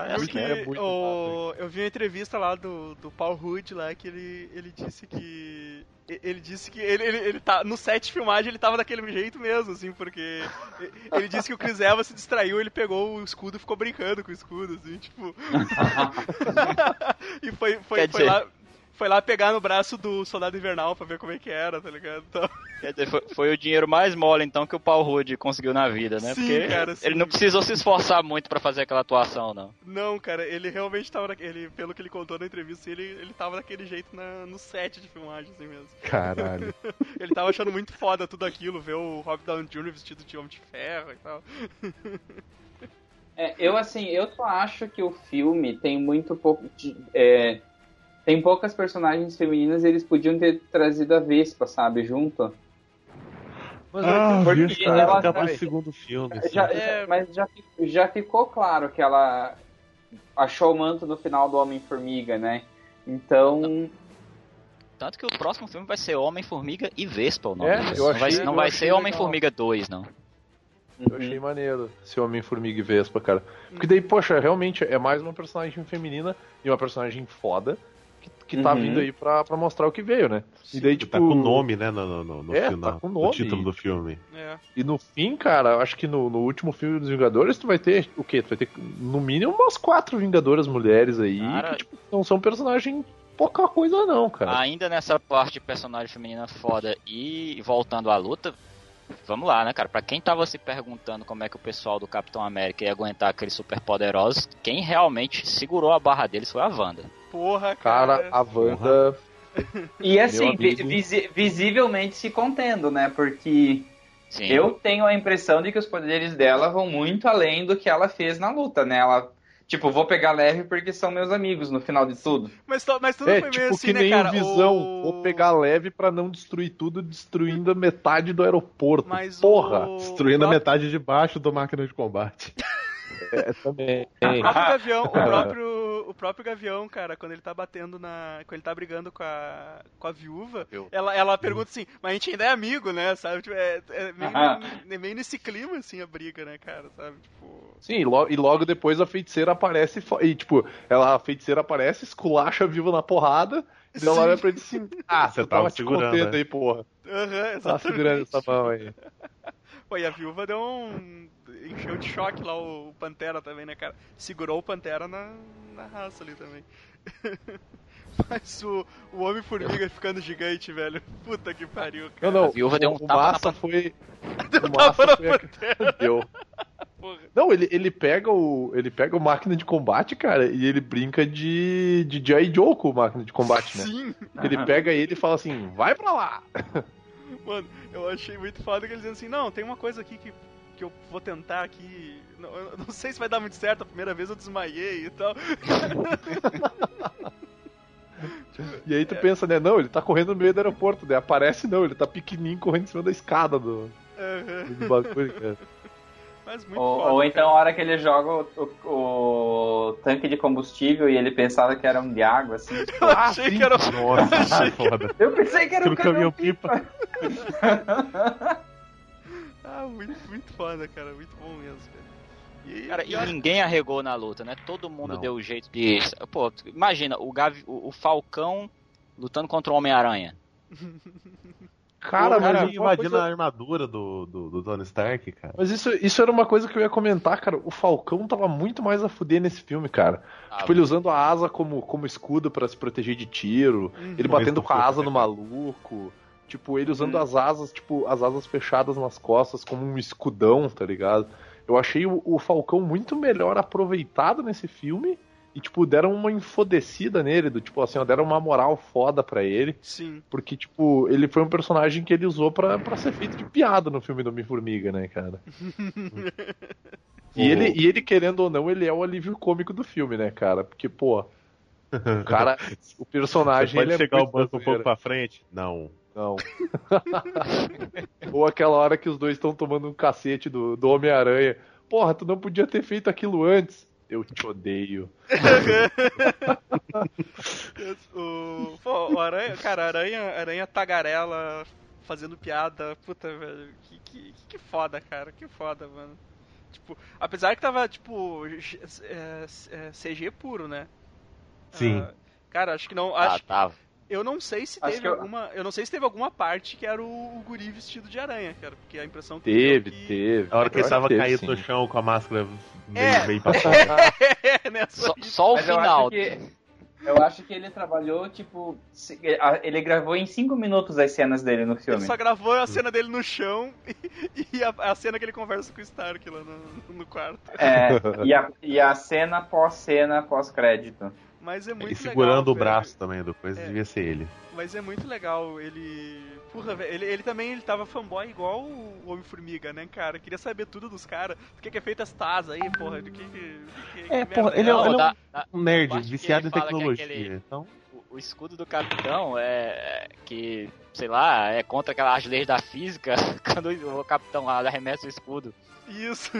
Eu vi uma entrevista lá do Paul Rudd lá, que ele disse que... Ele disse que ele tá no set de filmagem, ele tava daquele jeito mesmo, assim, porque ele disse que o Chris Evans se distraiu, ele pegou o escudo e ficou brincando com o escudo, assim, tipo... E foi lá pegar no braço do Soldado Invernal pra ver como é que era, tá ligado? Então... Quer dizer, foi o dinheiro mais mole, então, que o Paul Rudd conseguiu na vida, né? Sim, porque cara, sim. Ele não precisou se esforçar muito pra fazer aquela atuação, não. Não, cara, ele realmente tava... Pelo que ele contou na entrevista, ele tava daquele jeito no set de filmagem, assim mesmo. Caralho. Ele tava achando muito foda tudo aquilo, ver o Robert Downey Jr. vestido de Homem de Ferro e tal. Eu só acho que o filme tem muito pouco... Tem poucas personagens femininas e eles podiam ter trazido a Vespa, sabe, junto. Mas porque ela fica pro segundo filme. Mas já ficou claro que ela achou o manto no final do Homem-Formiga, né? Então... Tanto que o próximo filme vai ser Homem-Formiga e Vespa, o nome. Não vai ser Homem-Formiga 2, não. Eu achei maneiro esse Homem-Formiga e Vespa, cara. Porque daí, poxa, realmente é mais uma personagem feminina e uma personagem foda que tá vindo aí pra mostrar o que veio, né? Sim, e daí, tipo... Tá com o nome, né, no final, tá com nome. no título do filme. E no fim, cara, eu acho que no último filme dos Vingadores tu vai ter o quê? Tu vai ter, no mínimo, umas 4 Vingadoras mulheres aí, que, tipo, não são personagem pouca coisa não, cara. Ainda nessa parte de personagem feminina foda e voltando à luta... Vamos lá, né, cara? Pra quem tava se perguntando como é que o pessoal do Capitão América ia aguentar aqueles super poderosos, quem realmente segurou a barra deles foi a Wanda. Porra, cara. A Wanda... E assim, visivelmente se contendo, né? Porque Sim. Eu tenho a impressão de que os poderes dela vão muito além do que ela fez na luta, né? Ela... Tipo, vou pegar leve porque são meus amigos no final de tudo. Mas tudo foi meio tipo assim, que né, nem cara? o Visão, vou pegar leve pra não destruir tudo, destruindo a metade do aeroporto. Mas porra! Destruindo a metade de baixo da máquina de combate. Também. O próprio Gavião, cara, quando ele tá batendo quando ele tá brigando com a viúva, ela pergunta assim, mas a gente ainda é amigo, né, sabe? Tipo, é meio nesse clima, assim, a briga, né, cara, sabe? Tipo... Sim, e logo depois a feiticeira aparece e, tipo, a feiticeira aparece, esculacha a viúva na porrada, e ela olha pra ele assim, você tava te contendo, né? Aí, porra. Exatamente. Tava segurando essa mão aí. Pô, e a viúva encheu de choque lá o Pantera também, né, cara? Segurou o Pantera na raça ali também. Mas o Homem-Formiga ficando gigante, velho. Puta que pariu, cara. Não, a viúva deu um tapa massa foi... Deu um tapa na Pantera. Deu. Não, ele pega o máquina de combate, cara, e ele brinca de G.I. Joe com o máquina de combate, né? Sim. Ele pega ele e fala assim, vai pra lá! Mano, eu achei muito foda que ele dizendo assim, não, tem uma coisa aqui que eu vou tentar aqui, eu não sei se vai dar muito certo, a primeira vez eu desmaiei e tal. E aí tu pensa, né, não, ele tá correndo no meio do aeroporto, né, aparece não, ele tá pequenininho correndo em cima da escada do bagulho, cara. Mas muito foda, ou então a hora que ele joga o tanque de combustível e ele pensava que era um de água, assim. Eu achei que era Nossa, foda. Eu pensei que era um caminhão-pipa. Muito foda, cara. Muito bom mesmo, cara. Cara, e ninguém arregou na luta, né? Todo mundo deu o jeito de... Pô, imagina, o Falcão lutando contra o Homem-Aranha. Cara, invadindo a armadura do Tony Stark, cara. Mas isso era uma coisa que eu ia comentar, cara. O Falcão tava muito mais a fuder nesse filme, cara. Tipo, ele usando a asa como escudo pra se proteger de tiro. Ele batendo com a asa no maluco. Tipo, ele usando as asas, tipo, as asas fechadas nas costas como um escudão, tá ligado? Eu achei o Falcão muito melhor aproveitado nesse filme E, tipo, deram uma enfodecida nele, do tipo assim, ó, deram uma moral foda pra ele. Sim. Porque, tipo, ele foi um personagem que ele usou pra ser feito de piada no filme do Homem-Formiga, né, cara? E ele, querendo ou não, ele é o alívio cômico do filme, né, cara? Porque, pô, o cara, o personagem... Você pode ele chegar é o banco um pouco pra frente? Não. Ou aquela hora que os dois estão tomando um cacete do Homem-Aranha. Porra, tu não podia ter feito aquilo antes. Eu te odeio. O Aranha, cara, Aranha tagarela fazendo piada. Puta, velho. Que foda, cara. Que foda, mano. Tipo, apesar que tava, tipo, CG puro, né? Sim. Cara, acho que não. Tava. Eu não sei se teve alguma. Eu não sei se teve alguma parte que era o guri vestido de aranha, cara. Porque a impressão que Teve. A hora que ele tava caído no chão com a máscara bem passada. Só o final. Eu acho que ele trabalhou, tipo... Ele gravou em 5 minutos as cenas dele no filme. Ele só gravou a cena dele no chão e a cena que ele conversa com o Stark lá no quarto. E a cena pós-crédito. Mas é muito legal. E segurando o velho. braço também do coisa, devia ser ele. Mas é muito legal, ele... Porra, velho, ele também tava fanboy igual o Homem-Formiga, né, cara? Queria saber tudo dos caras. Do que é feito as TAS aí, porra? Do que porra, ele é um nerd, viciado em que tecnologia. Então... O escudo do Capitão é que, sei lá, é contra aquelas leis da física quando o Capitão arremessa o escudo. Isso.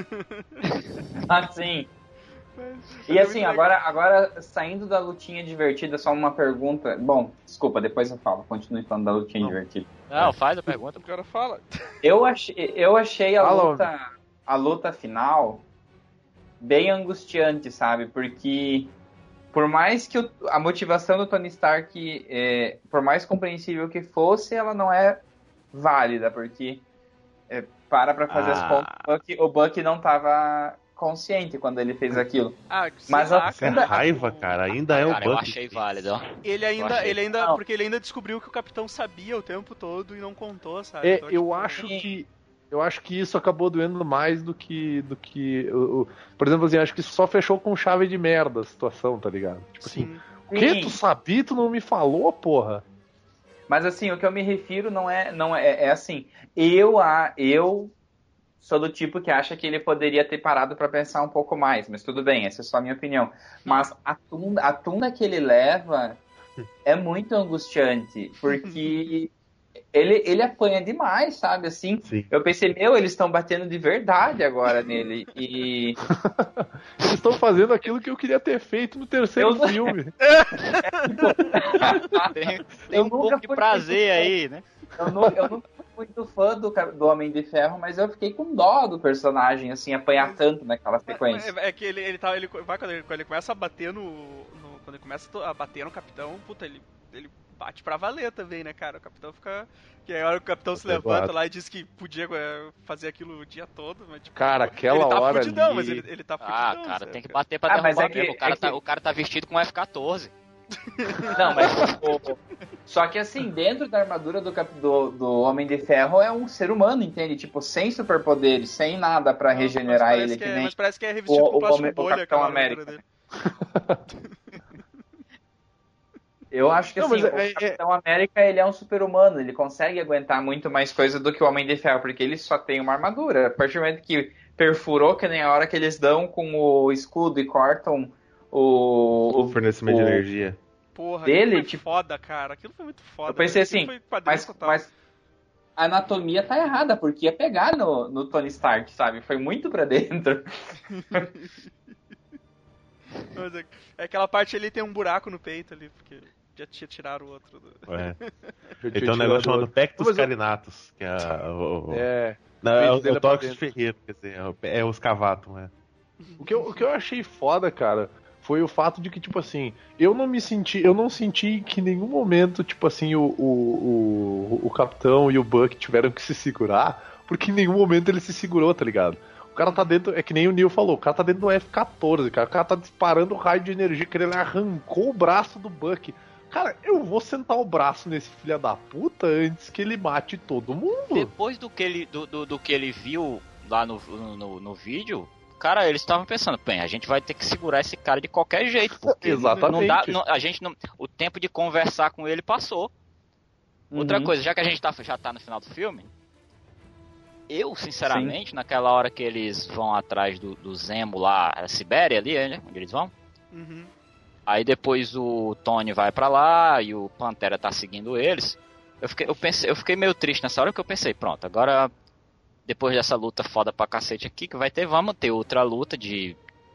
Sim. E assim, agora saindo da lutinha divertida, só uma pergunta. Bom, desculpa, depois eu falo. Continue falando da lutinha divertida. Não, faz a pergunta. O cara fala. Eu achei a luta final bem angustiante, sabe? Porque por mais que a motivação do Tony Stark, por mais compreensível que fosse, ela não é válida, porque para fazer as contas, o Buck não estava consciente quando ele fez aquilo. Mas raiva, cara, ainda é o Buck. Eu achei válido, ó. Ele ainda porque ele ainda descobriu que o Capitão sabia o tempo todo e não contou, sabe? Então, eu acho que isso acabou doendo mais do que por exemplo, assim, acho que só fechou com chave de merda a situação, tá ligado? Tipo assim, o que? Tu sabia? Tu não me falou, porra? Mas assim, o que eu me refiro não é assim, eu sou do tipo que acha que ele poderia ter parado pra pensar um pouco mais, mas tudo bem, essa é só a minha opinião. Mas a tunda que ele leva é muito angustiante, porque ele apanha demais, sabe, assim. Sim. Eu pensei, eles estão batendo de verdade agora nele, e... Eles estão fazendo aquilo que eu queria ter feito no terceiro filme. Tem um pouco de prazer aí, né? Eu nunca fui muito fã do Homem de Ferro, mas eu fiquei com dó do personagem, assim, apanhar tanto naquela sequência. É que quando ele começa a bater quando ele começa a bater no Capitão, puta, ele bate pra valer também, né, cara? O Capitão fica... Que aí a hora que o Capitão se levanta lá e diz que podia fazer aquilo o dia todo, mas tipo... Cara, aquela ele tá hora fudidão, ali... mas ele tá fudidão. Cara, tem que bater pra derrubar mesmo. O cara tá vestido com F-14. Não, mas... Só que assim, dentro da armadura do Homem de Ferro é um ser humano, entende? Tipo, sem superpoderes, sem nada pra regenerar ele. Mas parece que é revestido com plástico bolha, Capitão América. Dele. Eu acho que assim, o Capitão América, ele é um super-humano, ele consegue aguentar muito mais coisa do que o Homem de Ferro, porque ele só tem uma armadura. A partir do momento que perfurou, que nem a hora que eles dão com o escudo e cortam o fornecimento de energia. Porra, dele, aquilo foi foda, cara. Aquilo foi muito foda. Eu pensei assim, mas a anatomia tá errada, porque ia pegar no Tony Stark, sabe? Foi muito pra dentro. É aquela parte ali tem um buraco no peito ali, porque já tinha tirado o outro. Ele tem um negócio chamado Pectus Carinatus, que é o tórax ferreiro, quer dizer, é os cavatos, né? O que eu achei foda, cara, foi o fato de que, tipo assim, eu não senti que em nenhum momento, tipo assim, o Capitão e o Buck tiveram que se segurar, porque em nenhum momento ele se segurou, tá ligado? O cara tá dentro, é que nem o Neil falou, o cara tá dentro do F-14, cara, o cara tá disparando raio de energia, que ele arrancou o braço do Buck. Cara, eu vou sentar o braço nesse filho da puta antes que ele mate todo mundo. Depois do que ele viu lá no vídeo, cara, eles estavam pensando, bem, a gente vai ter que segurar esse cara de qualquer jeito, porque Exatamente. o tempo de conversar com ele passou. Outra coisa, já que a gente já tá no final do filme, eu, sinceramente, naquela hora que eles vão atrás do Zemo lá, a Sibéria ali, né, onde eles vão, aí depois o Tony vai pra lá e o Pantera tá seguindo eles, eu fiquei meio triste nessa hora, porque eu pensei, pronto, agora, depois dessa luta foda pra cacete aqui, que vamos ter outra luta de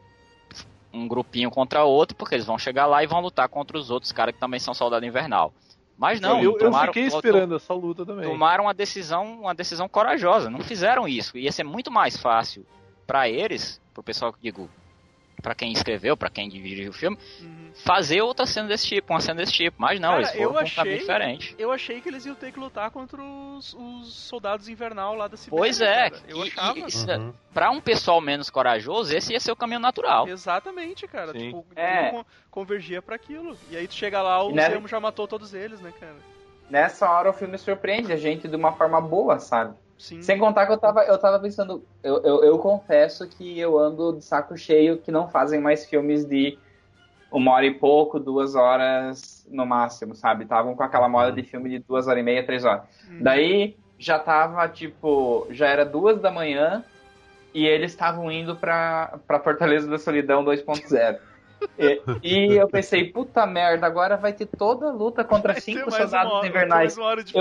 um grupinho contra outro, porque eles vão chegar lá e vão lutar contra os outros caras que também são Soldado Invernal. Mas não, eu fiquei esperando essa luta também. Tomaram uma decisão corajosa, não fizeram isso. Ia ser muito mais fácil pra eles, pro pessoal que digo, pra quem escreveu, pra quem dirigiu o filme, fazer outra cena desse tipo, uma cena desse tipo. Mas não, eles foram um caminho diferente. Eu achei que eles iam ter que lutar contra os soldados invernal lá da Sibéria. Pois é, eu achava. Pra um pessoal menos corajoso, esse ia ser o caminho natural. Exatamente, cara. Sim. Tipo, convergia pra aquilo. E aí tu chega lá, o Zemo já matou todos eles, né, cara? Nessa hora o filme surpreende a gente de uma forma boa, sabe? Sim. Sem contar que eu tava pensando, eu confesso que eu ando de saco cheio que não fazem mais filmes de 1 hora e pouco, 2 horas no máximo, sabe? Estavam com aquela moda de filme de 2 horas e meia, 3 horas. Daí já tava, tipo, já era 2 da manhã e eles estavam indo pra Fortaleza da Solidão 2.0. E eu pensei, puta merda, agora vai ter toda a luta contra 5 soldados invernais.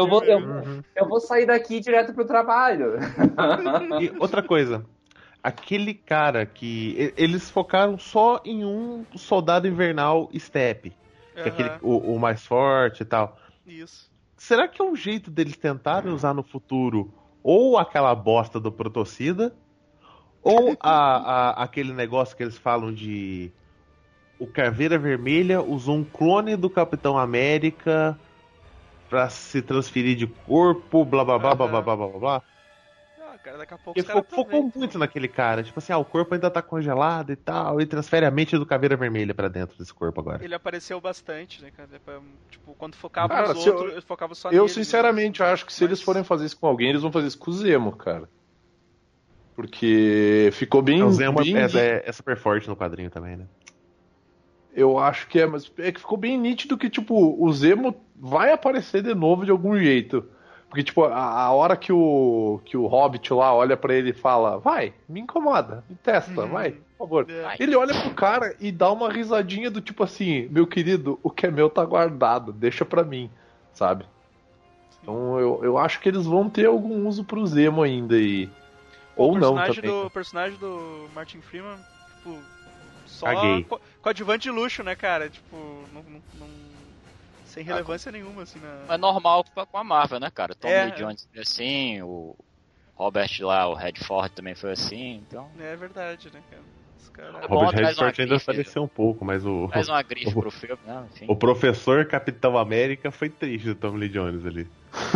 Eu vou sair daqui direto pro trabalho. E outra coisa, aquele cara que... Eles focaram só em um soldado invernal Step, que é aquele, o mais forte e tal. Isso. Será que é um jeito deles tentarem usar no futuro ou aquela bosta do Protocida, ou aquele negócio que eles falam de... O Caveira Vermelha usou um clone do Capitão América pra se transferir de corpo, blá blá blá blá blá blá blá blá. Cara, daqui a pouco ele focou muito naquele cara. Tipo assim, o corpo ainda tá congelado e tal. E transfere a mente do Caveira Vermelha pra dentro desse corpo agora. Ele apareceu bastante, né, cara? Tipo, quando focava nos outros, eu focava só nele. Eu, sinceramente, acho que se eles forem fazer isso com alguém, eles vão fazer isso com o Zemo, cara. Porque ficou bem... O Zemo é super forte no quadrinho também, né? Eu acho que mas é que ficou bem nítido que, tipo, o Zemo vai aparecer de novo de algum jeito. Porque, tipo, a hora que o Hobbit lá olha pra ele e fala, vai, me incomoda, me testa, vai, por favor. Ele olha pro cara e dá uma risadinha do tipo assim, meu querido, o que é meu tá guardado, deixa pra mim, sabe? Então eu acho que eles vão ter algum uso pro Zemo ainda aí. Ou não também. O personagem do Martin Freeman, tipo... Só coadjuvante de luxo, né, cara? Tipo, sem relevância nenhuma, assim, É normal com a Marvel, né, cara? Tom Lee Jones foi assim, o Robert lá, o Redford também foi assim, então... É verdade, né, cara? O Robert Redford ainda apareceu um pouco, mas o... Faz uma grife pro filme, não, enfim. O professor Capitão América foi triste do Tom Lee Jones ali.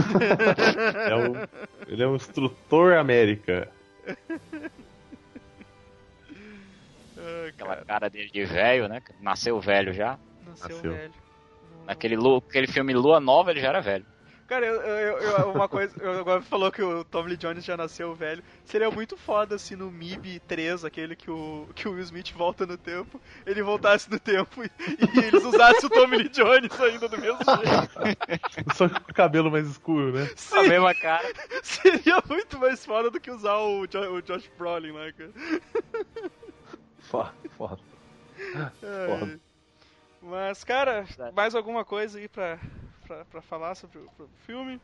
Ele é um instrutor América. Aquela cara dele de velho, né? Nasceu velho já. Nasceu velho. Aquele filme Lua Nova, ele já era velho. Cara, uma coisa, agora falou que o Tom Lee Jones já nasceu velho. Seria muito foda se no MIB 3, aquele que o Will Smith volta no tempo, ele voltasse no tempo e eles usassem o Tom Lee Jones ainda do mesmo jeito. Só com o cabelo mais escuro, né? Sim. A mesma cara. Seria muito mais foda do que usar o Josh Brolin lá, cara. Foda. Mas, cara, mais alguma coisa aí pra falar sobre o filme?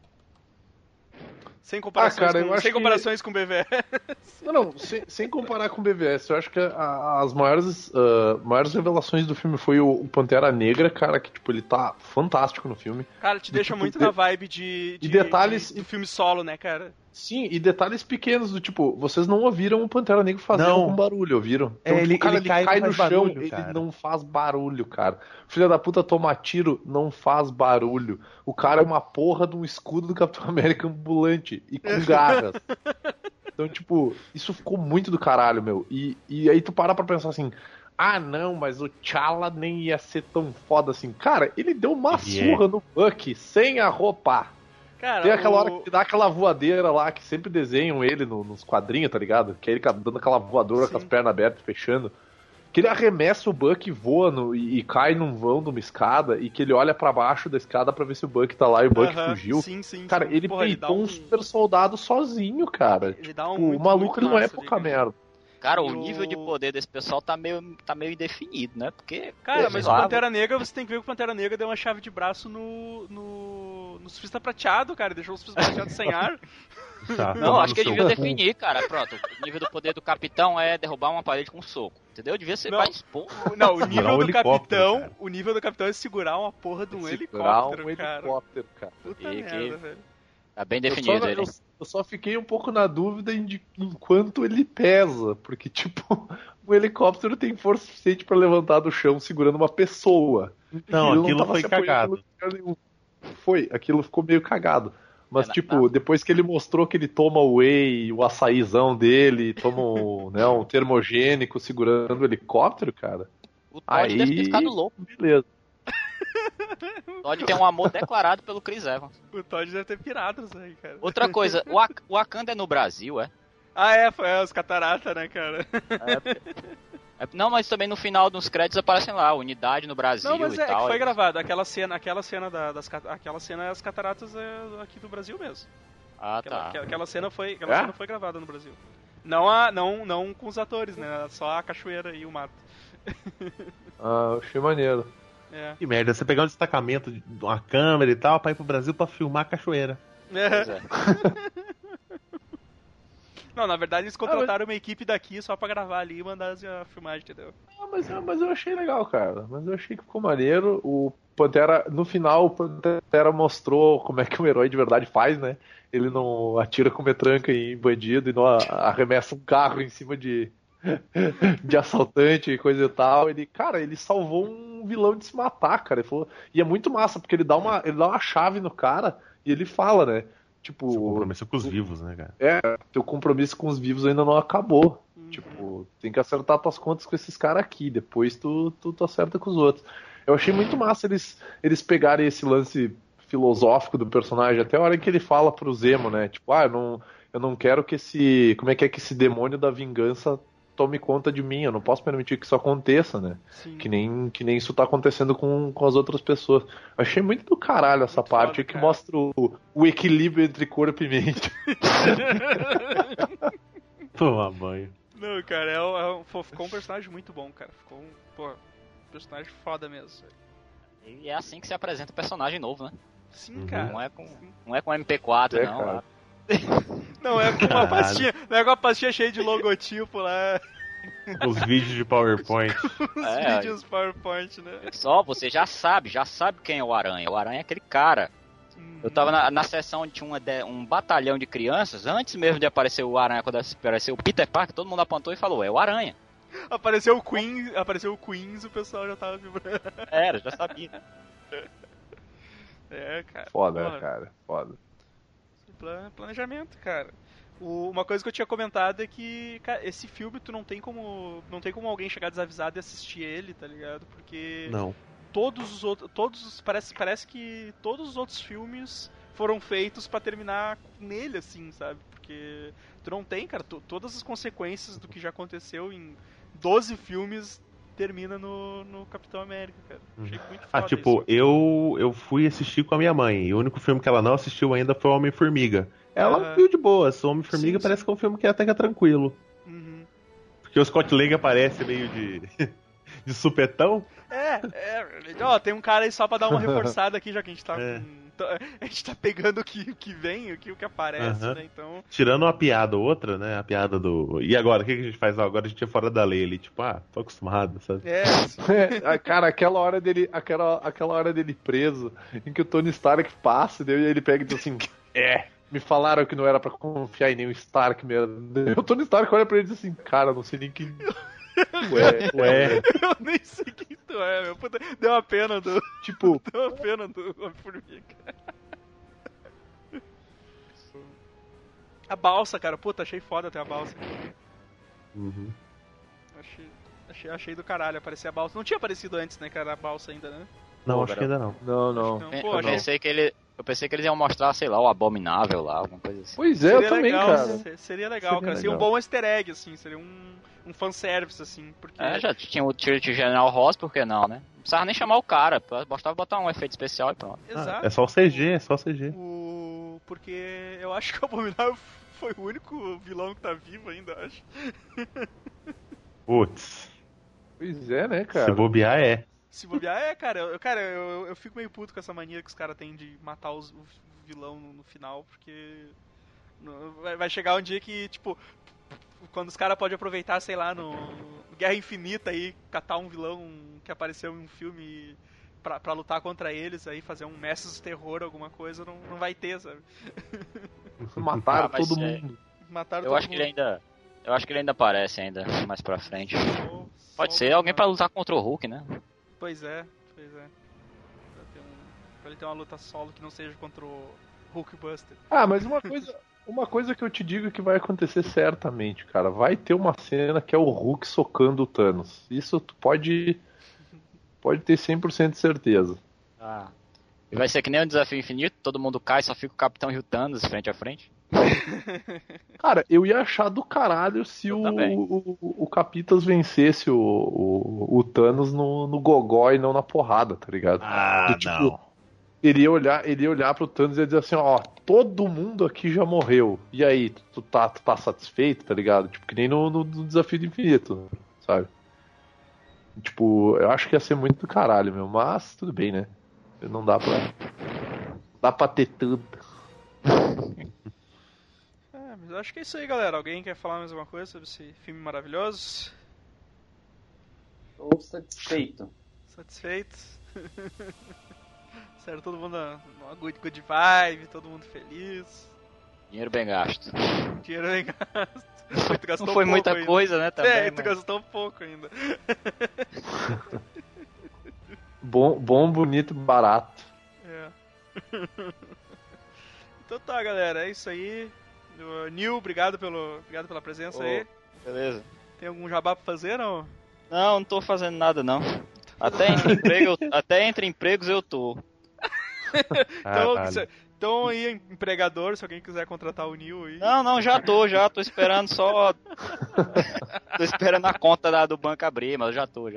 Sem comparações com BVS. Não, sem comparar com BVS. Eu acho que as maiores revelações do filme foi o Pantera Negra, cara, que tipo, ele tá fantástico no filme. Cara, te deixa muito na vibe de detalhes do filme solo, né, cara? Sim, e detalhes pequenos do tipo, vocês não ouviram o Pantera Negra fazendo algum barulho, ouviram? Então, ele cai no chão, barulho, ele cara. não faz barulho, cara. Filha da puta toma tiro, não faz barulho. O cara é uma porra de um escudo do Capitão América ambulante e com garras. Então, tipo, isso ficou muito do caralho, meu. E aí tu para pra pensar assim, não, mas o T'Challa nem ia ser tão foda assim. Cara, ele deu uma surra no Bucky sem a roupa. Cara, Tem aquela hora que dá aquela voadeira lá, que sempre desenham ele nos quadrinhos, tá ligado? Que é ele dando aquela voadora com as pernas abertas, fechando. Que ele arremessa o Buck, voa e cai num vão de uma escada, e que ele olha pra baixo da escada pra ver se o Buck tá lá e o Buck fugiu. Sim, cara, ele peitou um super soldado sozinho, cara. Ele dá o maluco ele não é pouca merda. Cara, o nível de poder desse pessoal tá meio indefinido, né? Porque. Cara, mas o Pantera Negra, você tem que ver que o Pantera Negra deu uma chave de braço no surfista prateado, cara. Deixou o surfista prateado sem ar. Não, acho que ele devia definir, cara. Pronto, o nível do poder do capitão é derrubar uma parede com um soco. Entendeu? Devia ser mais pouco. Não, o nível do capitão. Cara. O nível do capitão é segurar uma porra de um helicóptero, cara. Puta merda, velho. Tá bem definido ele. Eu só fiquei um pouco na dúvida em quanto ele pesa, porque, tipo, um helicóptero tem força suficiente pra levantar do chão segurando uma pessoa. Não, aquilo foi cagado. Aquilo ficou meio cagado. Mas, depois que ele mostrou que ele toma o whey, o açaizão dele, toma um termogênico segurando o helicóptero, cara. O Todd deve ter ficado louco. Beleza. O Todd tem um amor declarado pelo Chris Evans. O Todd deve ter pirado isso aí, cara. Outra coisa, o Wakanda é no Brasil, é? Ah, foi os cataratas, né, cara? Não, mas também no final dos créditos aparecem lá, unidade no Brasil não, mas e tal. Que foi gravado, aquela cena aquela cena é as cataratas aqui do Brasil mesmo. Ah, tá. Aquela cena foi gravada no Brasil. Não com os atores, né? Só a cachoeira e o mato. Ah, achei maneiro. É. Que merda, você pegar um destacamento de uma câmera e tal pra ir pro Brasil pra filmar a cachoeira. Pois é. Não, na verdade eles contrataram uma equipe daqui só pra gravar ali e mandar a filmagem, entendeu? Mas eu achei legal, cara. Mas eu achei que ficou maneiro. O Pantera, no final, o Pantera mostrou como é que um herói de verdade faz, né? Ele não atira com metranca em bandido e não arremessa um carro em cima de assaltante e coisa e tal. Ele salvou um vilão de se matar, cara. Ele falou, e é muito massa, porque ele dá uma chave no cara e ele fala, né? Tipo, seu compromisso com os vivos, né, cara? Teu compromisso com os vivos ainda não acabou. Tipo, tem que acertar tuas contas com esses caras aqui, depois tu acerta com os outros. Eu achei muito massa eles pegarem esse lance filosófico do personagem, até a hora que ele fala pro Zemo, né? Tipo, eu não quero que como é que esse demônio da vingança tome conta de mim, eu não posso permitir que isso aconteça, né? Que nem isso tá acontecendo com as outras pessoas. Eu achei muito do caralho essa muito parte foda, que mostra o equilíbrio entre corpo e mente. Toma banho. Não, cara, ficou um personagem muito bom, cara. Ficou um personagem foda mesmo. E é assim que se apresenta o personagem novo, né? Sim, cara. Não é com MP4, não. Cara. Não é com uma pastinha, não é com uma pastinha cheia de logotipo lá. Os vídeos de PowerPoint. Os vídeos PowerPoint, né? Só, você já sabe quem é o Aranha. O Aranha é aquele cara. Eu tava na sessão onde tinha um batalhão de crianças, antes mesmo de aparecer o Aranha, quando apareceu o Peter Parker, todo mundo apontou e falou, é o Aranha. Apareceu o Queens, o pessoal já tava vibrando. Já sabia. Cara. Foda, cara, foda. Planejamento, cara. Uma coisa que eu tinha comentado é que, cara, esse filme tu não tem como alguém chegar desavisado e assistir ele, tá ligado? Porque não. Parece que todos os outros filmes foram feitos pra terminar nele, assim, sabe? Porque tu não tem, cara, todas as consequências do que já aconteceu em 12 filmes termina no Capitão América, cara. Achei muito foda tipo, isso. eu fui assistir com a minha mãe, e o único filme que ela não assistiu ainda foi o Homem-Formiga. Ela viu de boa, o Homem-Formiga parece que é um filme que até que é tranquilo. Uhum. Porque o Scott Lang aparece meio de supetão. Tem um cara aí só pra dar uma reforçada aqui, já que a gente tá a gente tá pegando o que vem, o que aparece, né? Então... Tirando uma piada ou outra, né? A piada do... E agora, o que a gente faz? Agora a gente é fora da lei ali. Tipo, tô acostumado, sabe? Cara, aquela hora dele preso, em que o Tony Stark passa, e ele pega e diz assim, me falaram que não era pra confiar em nenhum Stark mesmo. O Tony Stark olha pra ele e diz assim, cara, não sei nem quem... Ué. Eu nem sei quem tu é, meu. Puta, deu uma pena do... Tipo... Deu uma pena do Homem-Formiga. A balsa, cara. Puta, achei foda até a balsa. Uhum. Achei do caralho aparecer a balsa. Não tinha aparecido antes, né, cara, a balsa ainda, né? Não, acho que ainda não. Não. Então, eu pensei que Eu pensei que eles iam mostrar, sei lá, o Abominável lá, alguma coisa assim. Pois é, Seria eu também, legal, cara. Seria legal, cara. Seria um bom easter egg, assim. Seria um fanservice, assim. Porque... Já tinha o tiro de General Ross, por que não, né? Não precisava nem chamar o cara, bastava botar um efeito especial e pronto. Exato. É só o CG, é só o CG. Porque eu acho que o Abominável foi o único vilão que tá vivo ainda, acho. Putz. Pois é, né, cara? Se bobear, é. Se bobear, cara, eu fico meio puto com essa mania que os caras têm de matar o vilão no final, porque vai chegar um dia que, tipo, quando os caras podem aproveitar, sei lá, no Guerra Infinita aí, catar um vilão que apareceu em um filme pra lutar contra eles, aí fazer um Mestres do Terror, alguma coisa, não vai ter, sabe? Mataram todo mundo. Mataram eu todo acho mundo. Eu acho que ele ainda aparece ainda mais pra frente. Pode Só ser alguém pra lutar contra o Hulk, né? Pois é. Pra ele ter uma luta solo que não seja contra o Hulkbuster. Ah, mas uma coisa que eu te digo que vai acontecer certamente, cara. Vai ter uma cena que é o Hulk socando o Thanos. Isso tu pode ter 100% de certeza. Ah. E vai ser que nem um Desafio Infinito, todo mundo cai, só fica o Capitão e o Thanos frente a frente. Cara, eu ia achar do caralho se o Capitas vencesse o Thanos no gogó e não na porrada, tá ligado? Ah, não. Ele ia olhar pro Thanos e ia dizer assim, ó, todo mundo aqui já morreu. E aí, tu tá satisfeito, tá ligado? Tipo, que nem no Desafio do Infinito, sabe? Tipo, eu acho que ia ser muito do caralho, meu. Mas, tudo bem, né? Não dá pra ter tudo. Mas eu acho que é isso aí, galera. Alguém quer falar mais alguma coisa sobre esse filme maravilhoso? Estou satisfeito. Satisfeito? Sério, todo mundo numa good vibe, todo mundo feliz. Dinheiro bem gasto. Dinheiro bem gasto. Tu gastou Não foi pouco muita ainda. coisa, né? Também, tu gastou pouco ainda. Bom, bonito, barato. É. Então tá, galera, é isso aí. Nil, obrigado pela presença aí. Beleza. Tem algum jabá pra fazer, não? Não tô fazendo nada, não. Até entre empregos eu tô. Então aí, empregador, se alguém quiser contratar o Nil aí. Não, já tô esperando só. Tô esperando a conta do banco abrir, mas eu já tô.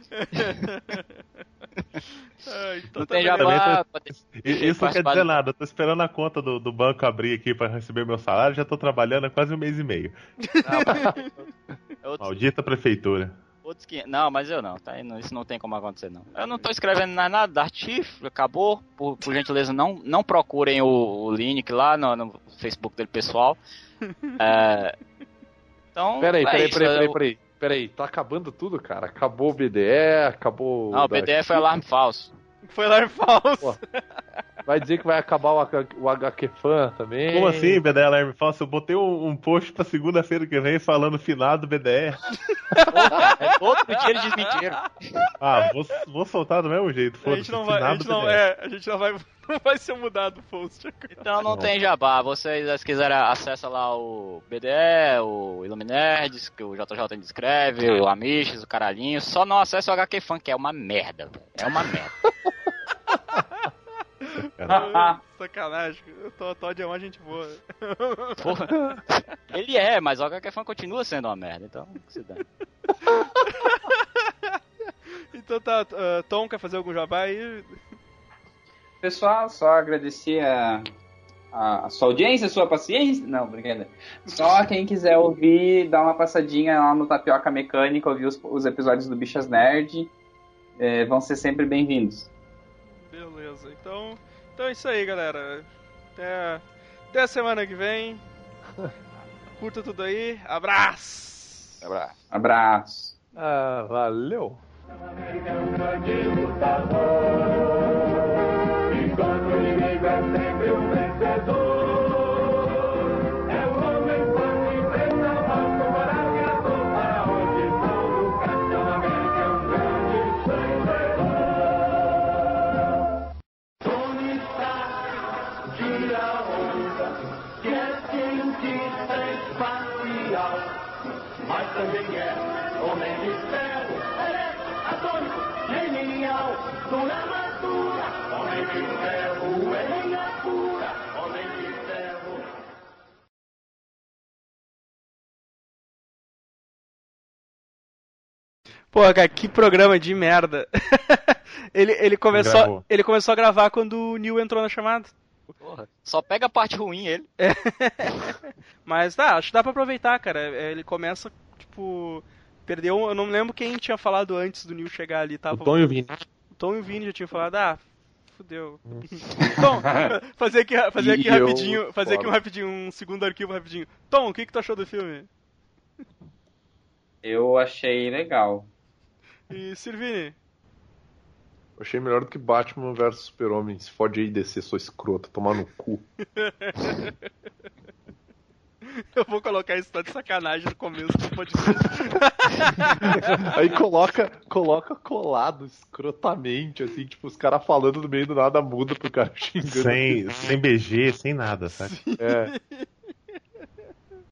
Então não tá tem beleza. jabá. Isso não quer dizer nada. Eu tô esperando a conta do banco abrir aqui pra receber meu salário. Já tô trabalhando há quase 1 mês e meio. Maldita prefeitura. Não, mas eu não, tá? Isso não tem como acontecer, não. Eu não tô escrevendo nada da Artif, acabou. Por gentileza, não procurem o link lá no Facebook dele pessoal. Então. Peraí, tá acabando tudo, cara? Acabou o BDE, acabou. Não, o BDE foi alarme falso. Foi alarme falso. Pô, vai dizer que vai acabar o HQ Fan também. Como assim, BDE Alarme Falso? Eu botei um post pra segunda-feira que vem falando finado BDE. Outro dia eles desmentiram. Ah, vou soltar do mesmo jeito. A gente não vai ser mudado o post. Então não tem jabá. Vocês, se quiserem, acessa lá o BDE, o Iluminerds, que o JJ descreve, o Amish, o Caralhinho. Só não acessa o HQ Fan, que é uma merda, velho. É uma merda. Sacanagem, tô de uma gente boa. Porra. Ele é, mas o HQ Fan continua sendo uma merda, então se dá. Então tá, Tom, quer fazer algum jabá aí? Pessoal, só agradecer a sua audiência, a sua paciência. Não, brincadeira. Só quem quiser ouvir, dá uma passadinha lá no Tapioca Mecânica, ouvir os episódios do Bichas Nerd. Vão ser sempre bem-vindos. Beleza, então é isso aí, galera. Até a semana que vem. Curta tudo aí. Abraço! Abraço. Valeu! Enquanto ninguém é sempre um vencedor. É o homem forte enfrenta o mal com coragem a dor. Para onde for o Capitão América é um grande sonhador. Tony Stark tira a onda, que é cientista espacial, mas também é homem de ferro, atômico, genial, com armadura, homem de ferro, Homem de Ferro. Pô, cara, que programa de merda. ele começou a gravar quando o Neil entrou na chamada. Porra, só pega a parte ruim ele. Mas tá, acho que dá pra aproveitar, cara. Ele começa, tipo... Perdeu... Eu não lembro quem tinha falado antes do Neil chegar ali. Tava... O Tom e o Vini. O Tom e o Vini já tinham falado, fudeu. Tom, fazer aqui rapidinho, um segundo arquivo rapidinho. Tom, o que tu achou do filme? Eu achei legal. E Sirvini? Eu achei melhor do que Batman vs Super-Homem. Se fode aí DC, sou escroto, tomar no cu. Eu vou colocar isso tá de sacanagem no começo do podcast. Aí coloca colado escrotamente, assim, tipo, os caras falando no meio do nada muda pro cara xingando. Sem BG, sem nada, sabe? É.